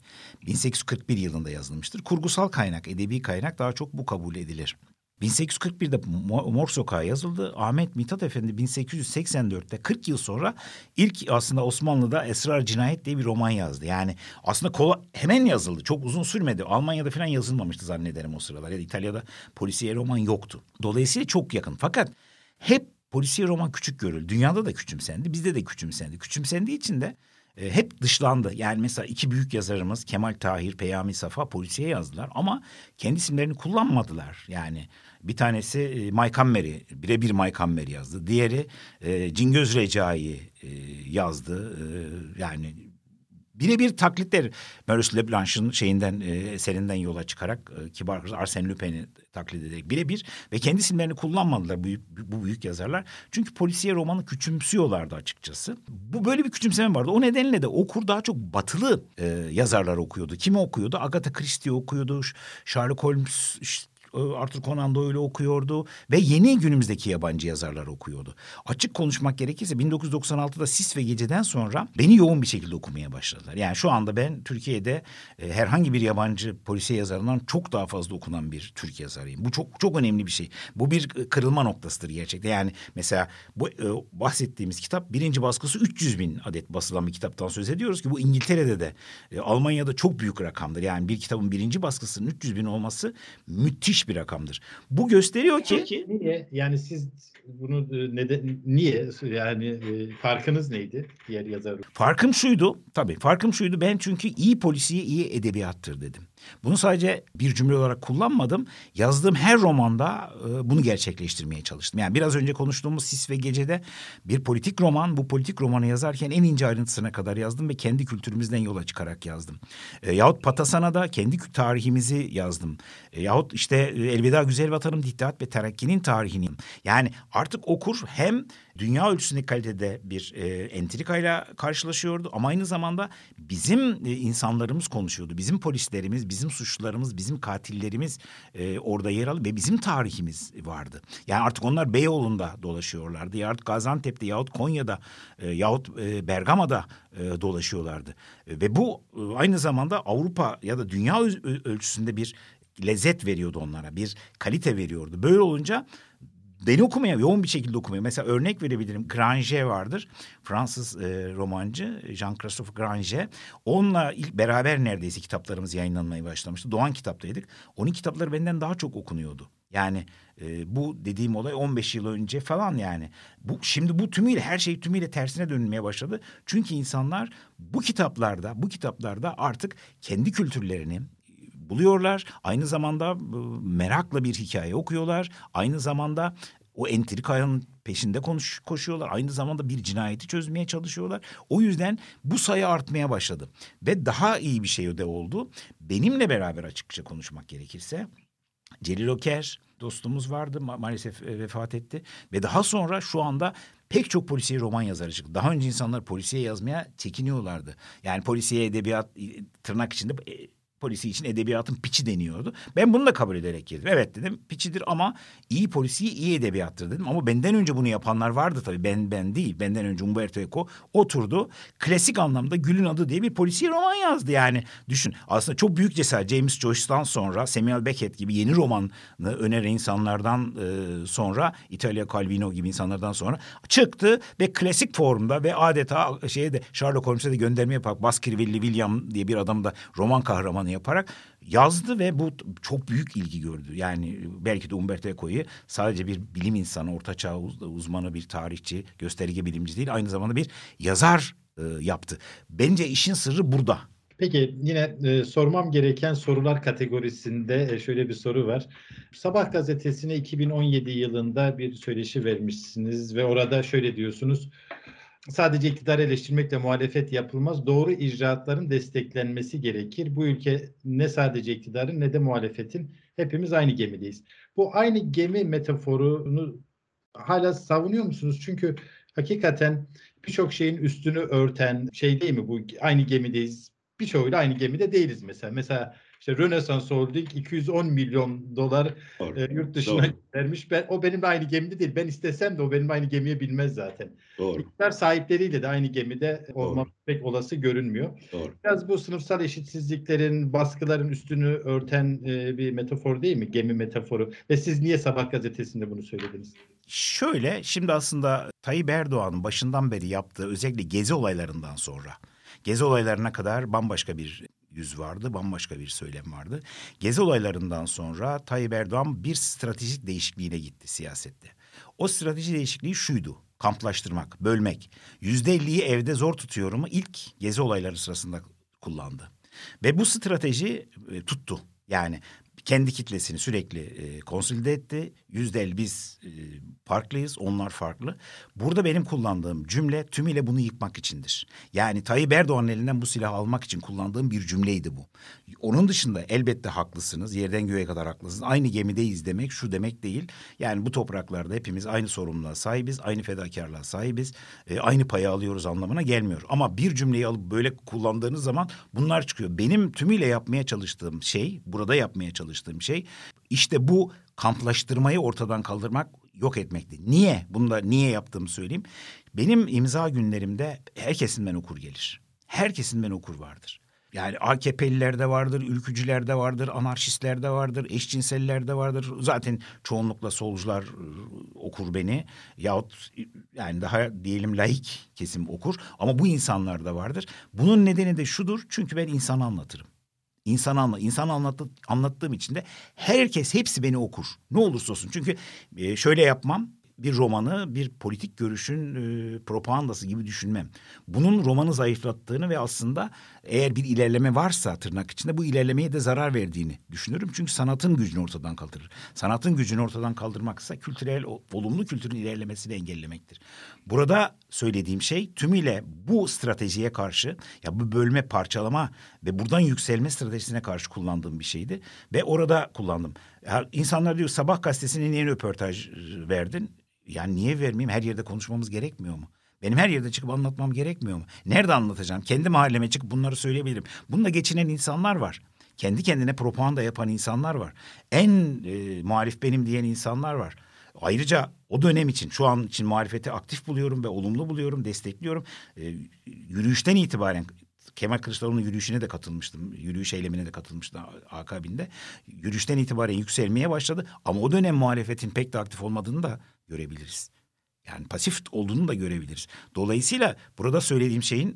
Speaker 3: 1841 yılında yazılmıştır. Kurgusal kaynak, edebi kaynak daha çok bu kabul edilir. 1841'de Morg Sokağı yazıldı. Ahmet Mithat Efendi 1884'te 40 yıl sonra ilk aslında Osmanlı'da Esrar Cinayet diye bir roman yazdı. Yani aslında hemen yazıldı. Çok uzun sürmedi. Almanya'da falan yazılmamıştı zannederim o sıralar. Ya da İtalya'da polisiye roman yoktu. Dolayısıyla çok yakın. Fakat hep polisiye roman küçük görüldü. Dünyada da küçümsendi. Bizde de küçümsendi. Küçümsendiği için de hep dışlandı. Yani mesela iki büyük yazarımız Kemal Tahir, Peyami Safa polisiye yazdılar ama kendi isimlerini kullanmadılar. Yani bir tanesi Maykammer'i, birebir Maykammer yazdı. Diğeri Cingöz Recai'yi yazdı. Yani birebir taklitler. Maurice Leblanc'ın eserinden yola çıkarak kibar Arsène Lupin'i taklit ederek birebir ve kendi isimlerini kullanmadılar bu büyük yazarlar. Çünkü polisiye romanı küçümsüyorlardı açıkçası. Bu böyle bir küçümseme vardı. O nedenle de okur daha çok batılı yazarlar okuyordu. Kimi okuyordu? Agatha Christie okuyordu. Sherlock Holmes, Arthur Conan Doyle okuyordu ve yeni günümüzdeki yabancı yazarlar okuyordu. Açık konuşmak gerekirse 1996'da Sis ve Gece'den sonra beni yoğun bir şekilde okumaya başladılar. Yani şu anda ben Türkiye'de herhangi bir yabancı polisiye yazarından çok daha fazla okunan bir Türk yazarıyım. Bu çok çok önemli bir şey. Bu bir kırılma noktasıdır gerçekten. Yani mesela bu bahsettiğimiz kitap birinci baskısı 300 bin adet basılan bir kitaptan söz ediyoruz ki bu İngiltere'de de Almanya'da çok büyük rakamdır. Yani bir kitabın birinci baskısının 300 bin olması müthiş bir rakamdır. Bu gösteriyor ki...
Speaker 2: Peki niye? Yani siz bunu niye? Yani farkınız neydi diğer yazarlar?
Speaker 3: Farkım şuydu. Ben çünkü iyi polisiye iyi edebiyattır dedim. Bunu sadece bir cümle olarak kullanmadım. Yazdığım her romanda bunu gerçekleştirmeye çalıştım. Yani biraz önce konuştuğumuz Sis ve Gece'de bir politik roman. Bu politik romanı yazarken en ince ayrıntısına kadar yazdım ve kendi kültürümüzden yola çıkarak yazdım. Yahut Patasana'da kendi tarihimizi yazdım. Yahut işte Elveda Güzel Vatanım, İttihat ve Terakki'nin tarihini. Yani artık okur hem dünya ölçüsündeki kalitede bir entrikayla karşılaşıyordu ama aynı zamanda bizim insanlarımız konuşuyordu. Bizim polislerimiz, bizim suçlularımız, bizim katillerimiz orada yer alıyor ve bizim tarihimiz vardı. Yani artık onlar Beyoğlu'nda dolaşıyorlardı. Yahut Gaziantep'te yahut Konya'da yahut Bergama'da dolaşıyorlardı. Ve bu aynı zamanda Avrupa ya da dünya ölçüsünde bir lezzet veriyordu onlara. Bir kalite veriyordu. Böyle olunca beni yoğun bir şekilde okumaya. Mesela örnek verebilirim. Granger vardır. Fransız romancı Jean-Christophe Granger. Onunla ilk beraber neredeyse kitaplarımız yayınlanmaya başlamıştı. Doğan kitaptaydık. Onun kitapları benden daha çok okunuyordu. Yani bu dediğim olay 15 yıl önce falan yani. Şimdi bu her şey tümüyle tersine dönmeye başladı. Çünkü insanlar bu kitaplarda artık kendi kültürlerini buluyorlar. Aynı zamanda merakla bir hikaye okuyorlar. Aynı zamanda o entrikanın peşinde koşuyorlar. Aynı zamanda bir cinayeti çözmeye çalışıyorlar. O yüzden bu sayı artmaya başladı. Ve daha iyi bir şey de oldu. Benimle beraber açıkça konuşmak gerekirse Celil Oker dostumuz vardı. Maalesef vefat etti. Ve daha sonra şu anda pek çok polisiye roman yazarı çıktı. Daha önce insanlar polisiye yazmaya çekiniyorlardı. Yani polisiye edebiyat tırnak içinde... polisi için edebiyatın piçi deniyordu. Ben bunu da kabul ederek girdim. Evet dedim, piçidir ama iyi polisiye iyi edebiyattır dedim. Ama benden önce bunu yapanlar vardı tabii. Ben değil. Benden önce Umberto Eco oturdu. Klasik anlamda Gül'ün Adı diye bir polisiye roman yazdı yani. Düşün. Aslında çok büyük cesaret. James Joyce'dan sonra Samuel Beckett gibi yeni romanı öneren insanlardan sonra Italia Calvino gibi insanlardan sonra çıktı ve klasik formda ve adeta Sherlock Holmes'e de gönderme yaparak Baskervilli William diye bir adam da roman kahramanı yaparak yazdı ve bu çok büyük ilgi gördü. Yani belki de Umberto Eco'yu sadece bir bilim insanı, ortaçağ uzmanı, bir tarihçi, gösterge bilimci değil, aynı zamanda bir yazar yaptı. Bence işin sırrı burada.
Speaker 2: Peki yine sormam gereken sorular kategorisinde şöyle bir soru var. Sabah gazetesine 2017 yılında bir söyleşi vermişsiniz ve orada şöyle diyorsunuz. sadece iktidarı eleştirmekle muhalefet yapılmaz. Doğru icraatların desteklenmesi gerekir. Bu ülke ne sadece iktidarın ne de muhalefetin. Hepimiz aynı gemideyiz. Bu aynı gemi metaforunu hala savunuyor musunuz? Çünkü hakikaten birçok şeyin üstünü örten şey değil mi bu? Aynı gemideyiz. Birçoğuyla aynı gemide değiliz mesela. Mesela işte Rönesans Holding 210 milyon dolar yurt dışına vermiş. O benimle aynı gemide değil. Ben istesem de o benimle aynı gemiye binmez zaten.
Speaker 4: Doğru.
Speaker 2: İktidar sahipleriyle de aynı gemide olmak pek olası görünmüyor.
Speaker 4: Doğru.
Speaker 2: Biraz bu sınıfsal eşitsizliklerin, baskıların üstünü örten bir metafor değil mi? Gemi metaforu. Ve siz niye Sabah gazetesinde bunu söylediniz?
Speaker 3: Şöyle, şimdi aslında Tayyip Erdoğan'ın başından beri yaptığı özellikle gezi olaylarından sonra, gezi olaylarına kadar bambaşka bir yüz vardı, bambaşka bir söylem vardı. Gezi olaylarından sonra Tayyip Erdoğan bir stratejik değişikliğine gitti siyasette. O strateji değişikliği şuydu: kamplaştırmak, bölmek. %50'yi evde zor tutuyorumu ilk gezi olayları sırasında kullandı. Ve bu strateji tuttu. Yani kendi kitlesini sürekli konsolide etti. %50 biz farklıyız, onlar farklı. Burada benim kullandığım cümle tümüyle bunu yıkmak içindir. Yani Tayyip Erdoğan'ın elinden bu silahı almak için kullandığım bir cümleydi bu. Onun dışında elbette haklısınız, yerden göğe kadar haklısınız. Aynı gemideyiz demek şu demek değil. Yani bu topraklarda hepimiz aynı sorumluluğa sahibiz, aynı fedakarlığa sahibiz, aynı payı alıyoruz anlamına gelmiyor. Ama bir cümleyi alıp böyle kullandığınız zaman bunlar çıkıyor. Benim tümüyle yapmaya çalıştığım şey, burada yapmaya çalıştığım şey işte bu kamplaştırmayı ortadan kaldırmak, yok etmekti. Niye? Bunu da niye yaptığımı söyleyeyim. Benim imza günlerimde herkesinden okur gelir. Herkesinden okur vardır. Yani AKP'liler de vardır, ülkücüler de vardır, anarşistler de vardır, eşcinseller de vardır. Zaten çoğunlukla solcular okur beni. Yahut yani daha diyelim laik kesim okur. Ama bu insanlar da vardır. Bunun nedeni de şudur: çünkü ben insanı anlatırım. İnsanı anlattığım için de hepsi beni okur. Ne olursa olsun. Çünkü şöyle yapmam. Bir romanı bir politik görüşün propagandası gibi düşünmem. Bunun romanı zayıflattığını ve aslında eğer bir ilerleme varsa tırnak içinde bu ilerlemeye de zarar verdiğini düşünürüm. Çünkü sanatın gücünü ortadan kaldırır. Sanatın gücünü ortadan kaldırmaksa olumlu kültürün ilerlemesini engellemektir. Burada söylediğim şey tümüyle bu stratejiye karşı, ya bu bölme, parçalama ve buradan yükselme stratejisine karşı kullandığım bir şeydi. Ve orada kullandım. Ya insanlar diyor, Sabah gazetesine niye röportaj verdin? Yani niye vermeyeyim? Her yerde konuşmamız gerekmiyor mu? Benim her yerde çıkıp anlatmam gerekmiyor mu? Nerede anlatacağım? Kendi mahalleme çıkıp bunları söyleyebilirim. Bununla geçinen insanlar var. Kendi kendine propaganda yapan insanlar var. En muhalif benim diyen insanlar var. Ayrıca o dönem için, şu an için muhalefeti aktif buluyorum ve olumlu buluyorum, destekliyorum. Yürüyüşten itibaren Kemal Kılıçdaroğlu'nun yürüyüşüne de katılmıştım. Yürüyüş eylemine de katılmıştım akabinde. Yürüyüşten itibaren yükselmeye başladı. Ama o dönem muhalefetin pek de aktif olmadığını da görebiliriz. Yani pasif olduğunu da görebiliriz. Dolayısıyla burada söylediğim şeyin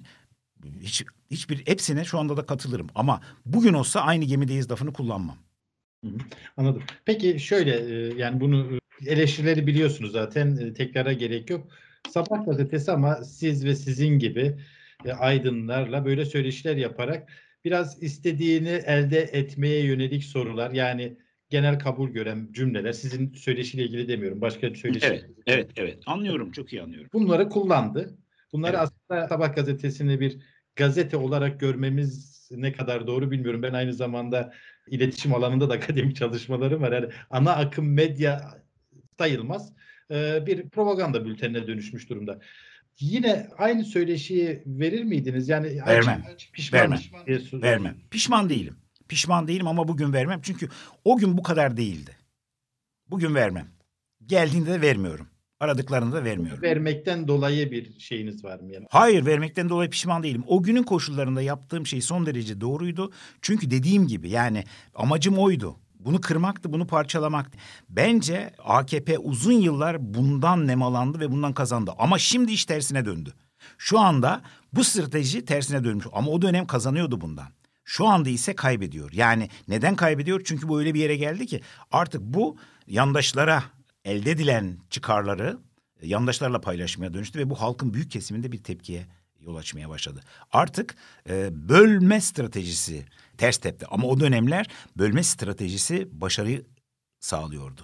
Speaker 3: hepsine şu anda da katılırım. Ama bugün olsa aynı gemideyiz lafını kullanmam.
Speaker 2: Anladım. Peki şöyle, yani bunu eleştirileri biliyorsunuz zaten, tekrara gerek yok. Sabah gazetesi ama siz ve sizin gibi aydınlarla böyle söyleşiler yaparak biraz istediğini elde etmeye yönelik sorular, yani genel kabul gören cümleler, sizin söyleşiyle ilgili demiyorum, başka bir söyleşi.
Speaker 4: Evet. Anlıyorum, çok iyi anlıyorum.
Speaker 2: Bunları kullandı. Bunları
Speaker 4: Evet.
Speaker 2: aslında Sabah gazetesini bir gazete olarak görmemiz ne kadar doğru bilmiyorum. Ben aynı zamanda iletişim alanında da akademik çalışmalarım var. Yani ana akım medya sayılmaz. Bir propaganda bültenine dönüşmüş durumda. Yine aynı söyleşiyi verir miydiniz? Yani
Speaker 3: Vermem.
Speaker 2: pişman
Speaker 3: Vermem. Pişman değilim ama bugün vermem. Çünkü o gün bu kadar değildi. Bugün vermem. Geldiğinde de vermiyorum. Aradıklarını da vermiyorum.
Speaker 2: Vermekten dolayı bir şeyiniz var mı? Yani?
Speaker 3: Hayır, vermekten dolayı pişman değilim. O günün koşullarında yaptığım şey son derece doğruydu. Çünkü dediğim gibi yani amacım oydu. Bunu kırmaktı, bunu parçalamaktı. Bence AKP uzun yıllar bundan nemalandı ve bundan kazandı. Ama şimdi iş tersine döndü. Şu anda bu strateji tersine dönmüş. Ama o dönem kazanıyordu bundan. Şu anda ise kaybediyor. Yani neden kaybediyor? Çünkü bu öyle bir yere geldi ki artık bu yandaşlara elde edilen çıkarları yandaşlarla paylaşmaya dönüştü ve bu halkın büyük kesiminde bir tepkiye yol açmaya başladı. Artık bölme stratejisi ters tepti ama o dönemler bölme stratejisi başarıyı sağlıyordu.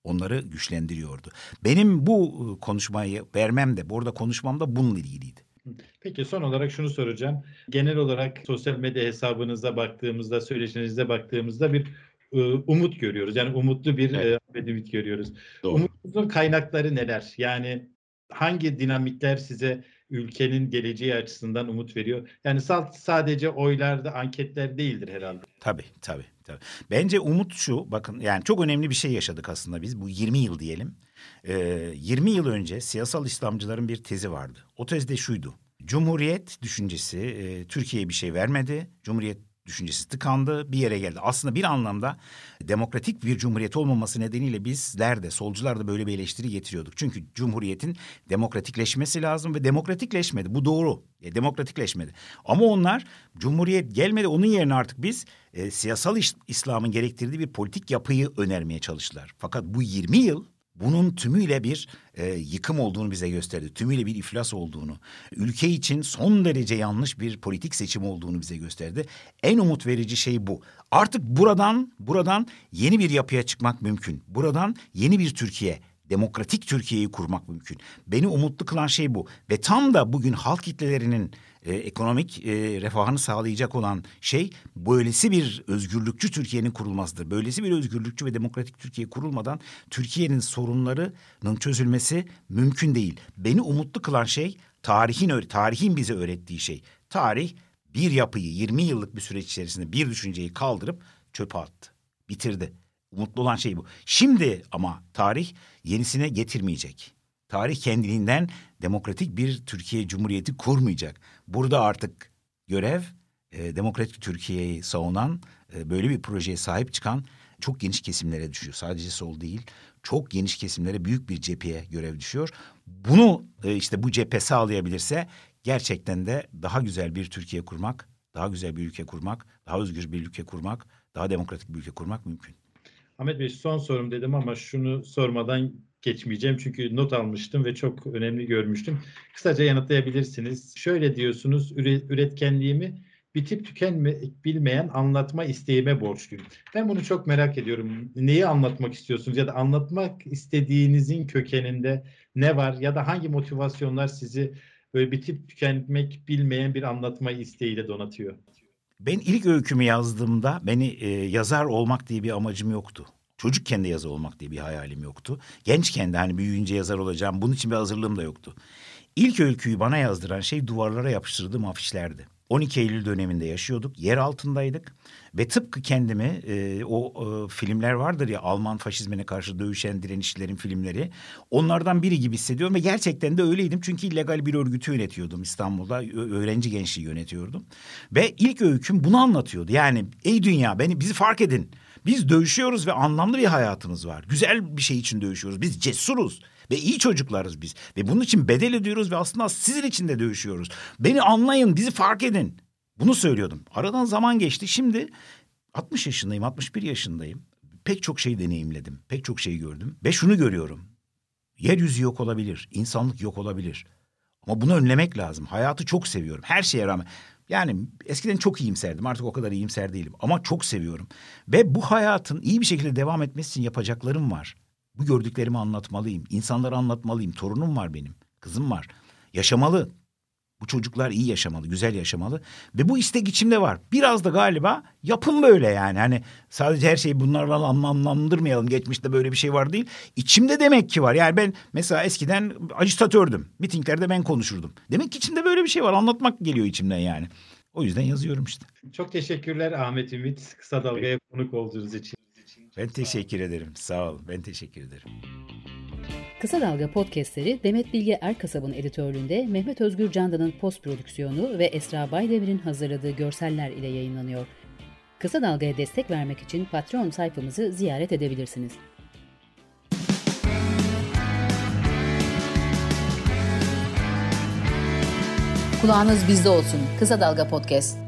Speaker 3: Onları güçlendiriyordu. Benim bu konuşmayı vermem de, burada konuşmam da bununla ilgiliydi.
Speaker 2: Peki son olarak şunu soracağım. Genel olarak sosyal medya hesabınıza baktığımızda, söyleşinize baktığımızda bir umut görüyoruz. Yani umutlu bir
Speaker 4: Evet.
Speaker 2: ümit görüyoruz.
Speaker 4: Doğru.
Speaker 2: Umutunuzun kaynakları neler? Yani hangi dinamikler size ülkenin geleceği açısından umut veriyor? Yani sadece oylarda, anketler değildir herhalde.
Speaker 3: Tabii. Bence umut şu, bakın yani çok önemli bir şey yaşadık aslında biz. Bu 20 yıl diyelim. 20 yıl önce siyasal İslamcıların bir tezi vardı. O tez de şuydu. Cumhuriyet düşüncesi Türkiye'ye bir şey vermedi. Cumhuriyet düşüncesi tıkandı, bir yere geldi. Aslında bir anlamda demokratik bir cumhuriyet olmaması nedeniyle bizler de, solcular da böyle bir eleştiri getiriyorduk. Çünkü cumhuriyetin demokratikleşmesi lazım ve demokratikleşmedi. Bu doğru. Demokratikleşmedi. Ama onlar cumhuriyet gelmedi. Onun yerine artık biz siyasal İslam'ın gerektirdiği bir politik yapıyı önermeye çalıştılar. Fakat bu 20 yıl bunun tümüyle bir yıkım olduğunu bize gösterdi. Tümüyle bir iflas olduğunu, ülke için son derece yanlış bir politik seçim olduğunu bize gösterdi. En umut verici şey bu. Artık buradan yeni bir yapıya çıkmak mümkün. Buradan yeni bir Türkiye, demokratik Türkiye'yi kurmak mümkün. Beni umutlu kılan şey bu. Ve tam da bugün halk kitlelerinin ekonomik refahını sağlayacak olan şey böylesi bir özgürlükçü Türkiye'nin kurulmasıdır. Böylesi bir özgürlükçü ve demokratik Türkiye kurulmadan Türkiye'nin çözülmesi mümkün değil. Beni umutlu kılan şey tarihin bize öğrettiği şey. Tarih bir yapıyı 20 yıllık bir süreç içerisinde bir düşünceyi kaldırıp çöpe attı. Bitirdi. Umutlu olan şey bu. Şimdi ama tarih yenisine getirmeyecek. Tarih kendiliğinden demokratik bir Türkiye Cumhuriyeti kurmayacak. Burada artık görev demokratik Türkiye'yi savunan, böyle bir projeye sahip çıkan çok geniş kesimlere düşüyor. Sadece sol değil, çok geniş kesimlere, büyük bir cepheye görev düşüyor. Bunu işte bu cephe sağlayabilirse gerçekten de daha güzel bir Türkiye kurmak, daha güzel bir ülke kurmak, daha özgür bir ülke kurmak, daha demokratik bir ülke kurmak mümkün.
Speaker 2: Ahmet Bey, son sorum dedim ama şunu sormadan geçmeyeceğim çünkü not almıştım ve çok önemli görmüştüm. Kısaca yanıtlayabilirsiniz. Şöyle diyorsunuz, üretkenliğimi bitip bilmeyen anlatma isteğime borçluyum. Ben bunu çok merak ediyorum. Neyi anlatmak istiyorsunuz ya da anlatmak istediğinizin kökeninde ne var ya da hangi motivasyonlar sizi böyle bitip tükenmek bilmeyen bir anlatma isteğiyle donatıyor?
Speaker 3: Ben ilk öykümü yazdığımda yazar olmak diye bir amacım yoktu. Çocukken de yazar olmak diye bir hayalim yoktu. Gençken de hani büyüyünce yazar olacağım, bunun için bir hazırlığım da yoktu. İlk öyküyü bana yazdıran şey duvarlara yapıştırdığım afişlerdi. 12 Eylül döneminde yaşıyorduk, yer altındaydık ve tıpkı kendimi filmler vardır ya, Alman faşizmine karşı dövüşen direnişçilerin filmleri, onlardan biri gibi hissediyorum ve gerçekten de öyleydim. Çünkü illegal bir örgütü yönetiyordum İstanbul'da, öğrenci gençliği yönetiyordum ve ilk öyküm bunu anlatıyordu. Yani ey dünya, bizi fark edin. Biz dövüşüyoruz ve anlamlı bir hayatımız var. Güzel bir şey için dövüşüyoruz. Biz cesuruz ve iyi çocuklarız biz. Ve bunun için bedel ödüyoruz ve aslında sizin için de dövüşüyoruz. Beni anlayın, bizi fark edin. Bunu söylüyordum. Aradan zaman geçti. Şimdi 60 yaşındayım, 61 yaşındayım. Pek çok şey deneyimledim. Pek çok şey gördüm. Ve şunu görüyorum. Yeryüzü yok olabilir. İnsanlık yok olabilir. Ama bunu önlemek lazım. Hayatı çok seviyorum. Her şeye rağmen. Yani eskiden çok iyimserdim. Artık o kadar iyimser değilim. Ama çok seviyorum. Ve bu hayatın iyi bir şekilde devam etmesi için yapacaklarım var. Bu gördüklerimi anlatmalıyım. İnsanlara anlatmalıyım. Torunum var benim. Kızım var. Yaşamalı. Bu çocuklar iyi yaşamalı, güzel yaşamalı. Ve bu istek içimde var. Biraz da galiba yapım böyle yani. Hani sadece her şeyi bunlarla anlamlandırmayalım. Geçmişte böyle bir şey var değil. İçimde demek ki var. Yani ben mesela eskiden agitatördüm. Mitinglerde ben konuşurdum. Demek ki içimde böyle bir şey var. Anlatmak geliyor içimden yani. O yüzden yazıyorum işte.
Speaker 2: Çok teşekkürler Ahmet Ümit. Kısa Dalga'ya konuk olduğunuz için.
Speaker 3: Ben teşekkür ederim. Sağ olun. Ben teşekkür ederim.
Speaker 1: Kısa Dalga podcastleri Demet Bilge Erkasab'ın editörlüğünde Mehmet Özgür Candan'ın post prodüksiyonu ve Esra Baydemir'in hazırladığı görseller ile yayınlanıyor. Kısa Dalga'ya destek vermek için Patreon sayfamızı ziyaret edebilirsiniz. Kulağınız bizde olsun. Kısa Dalga Podcast.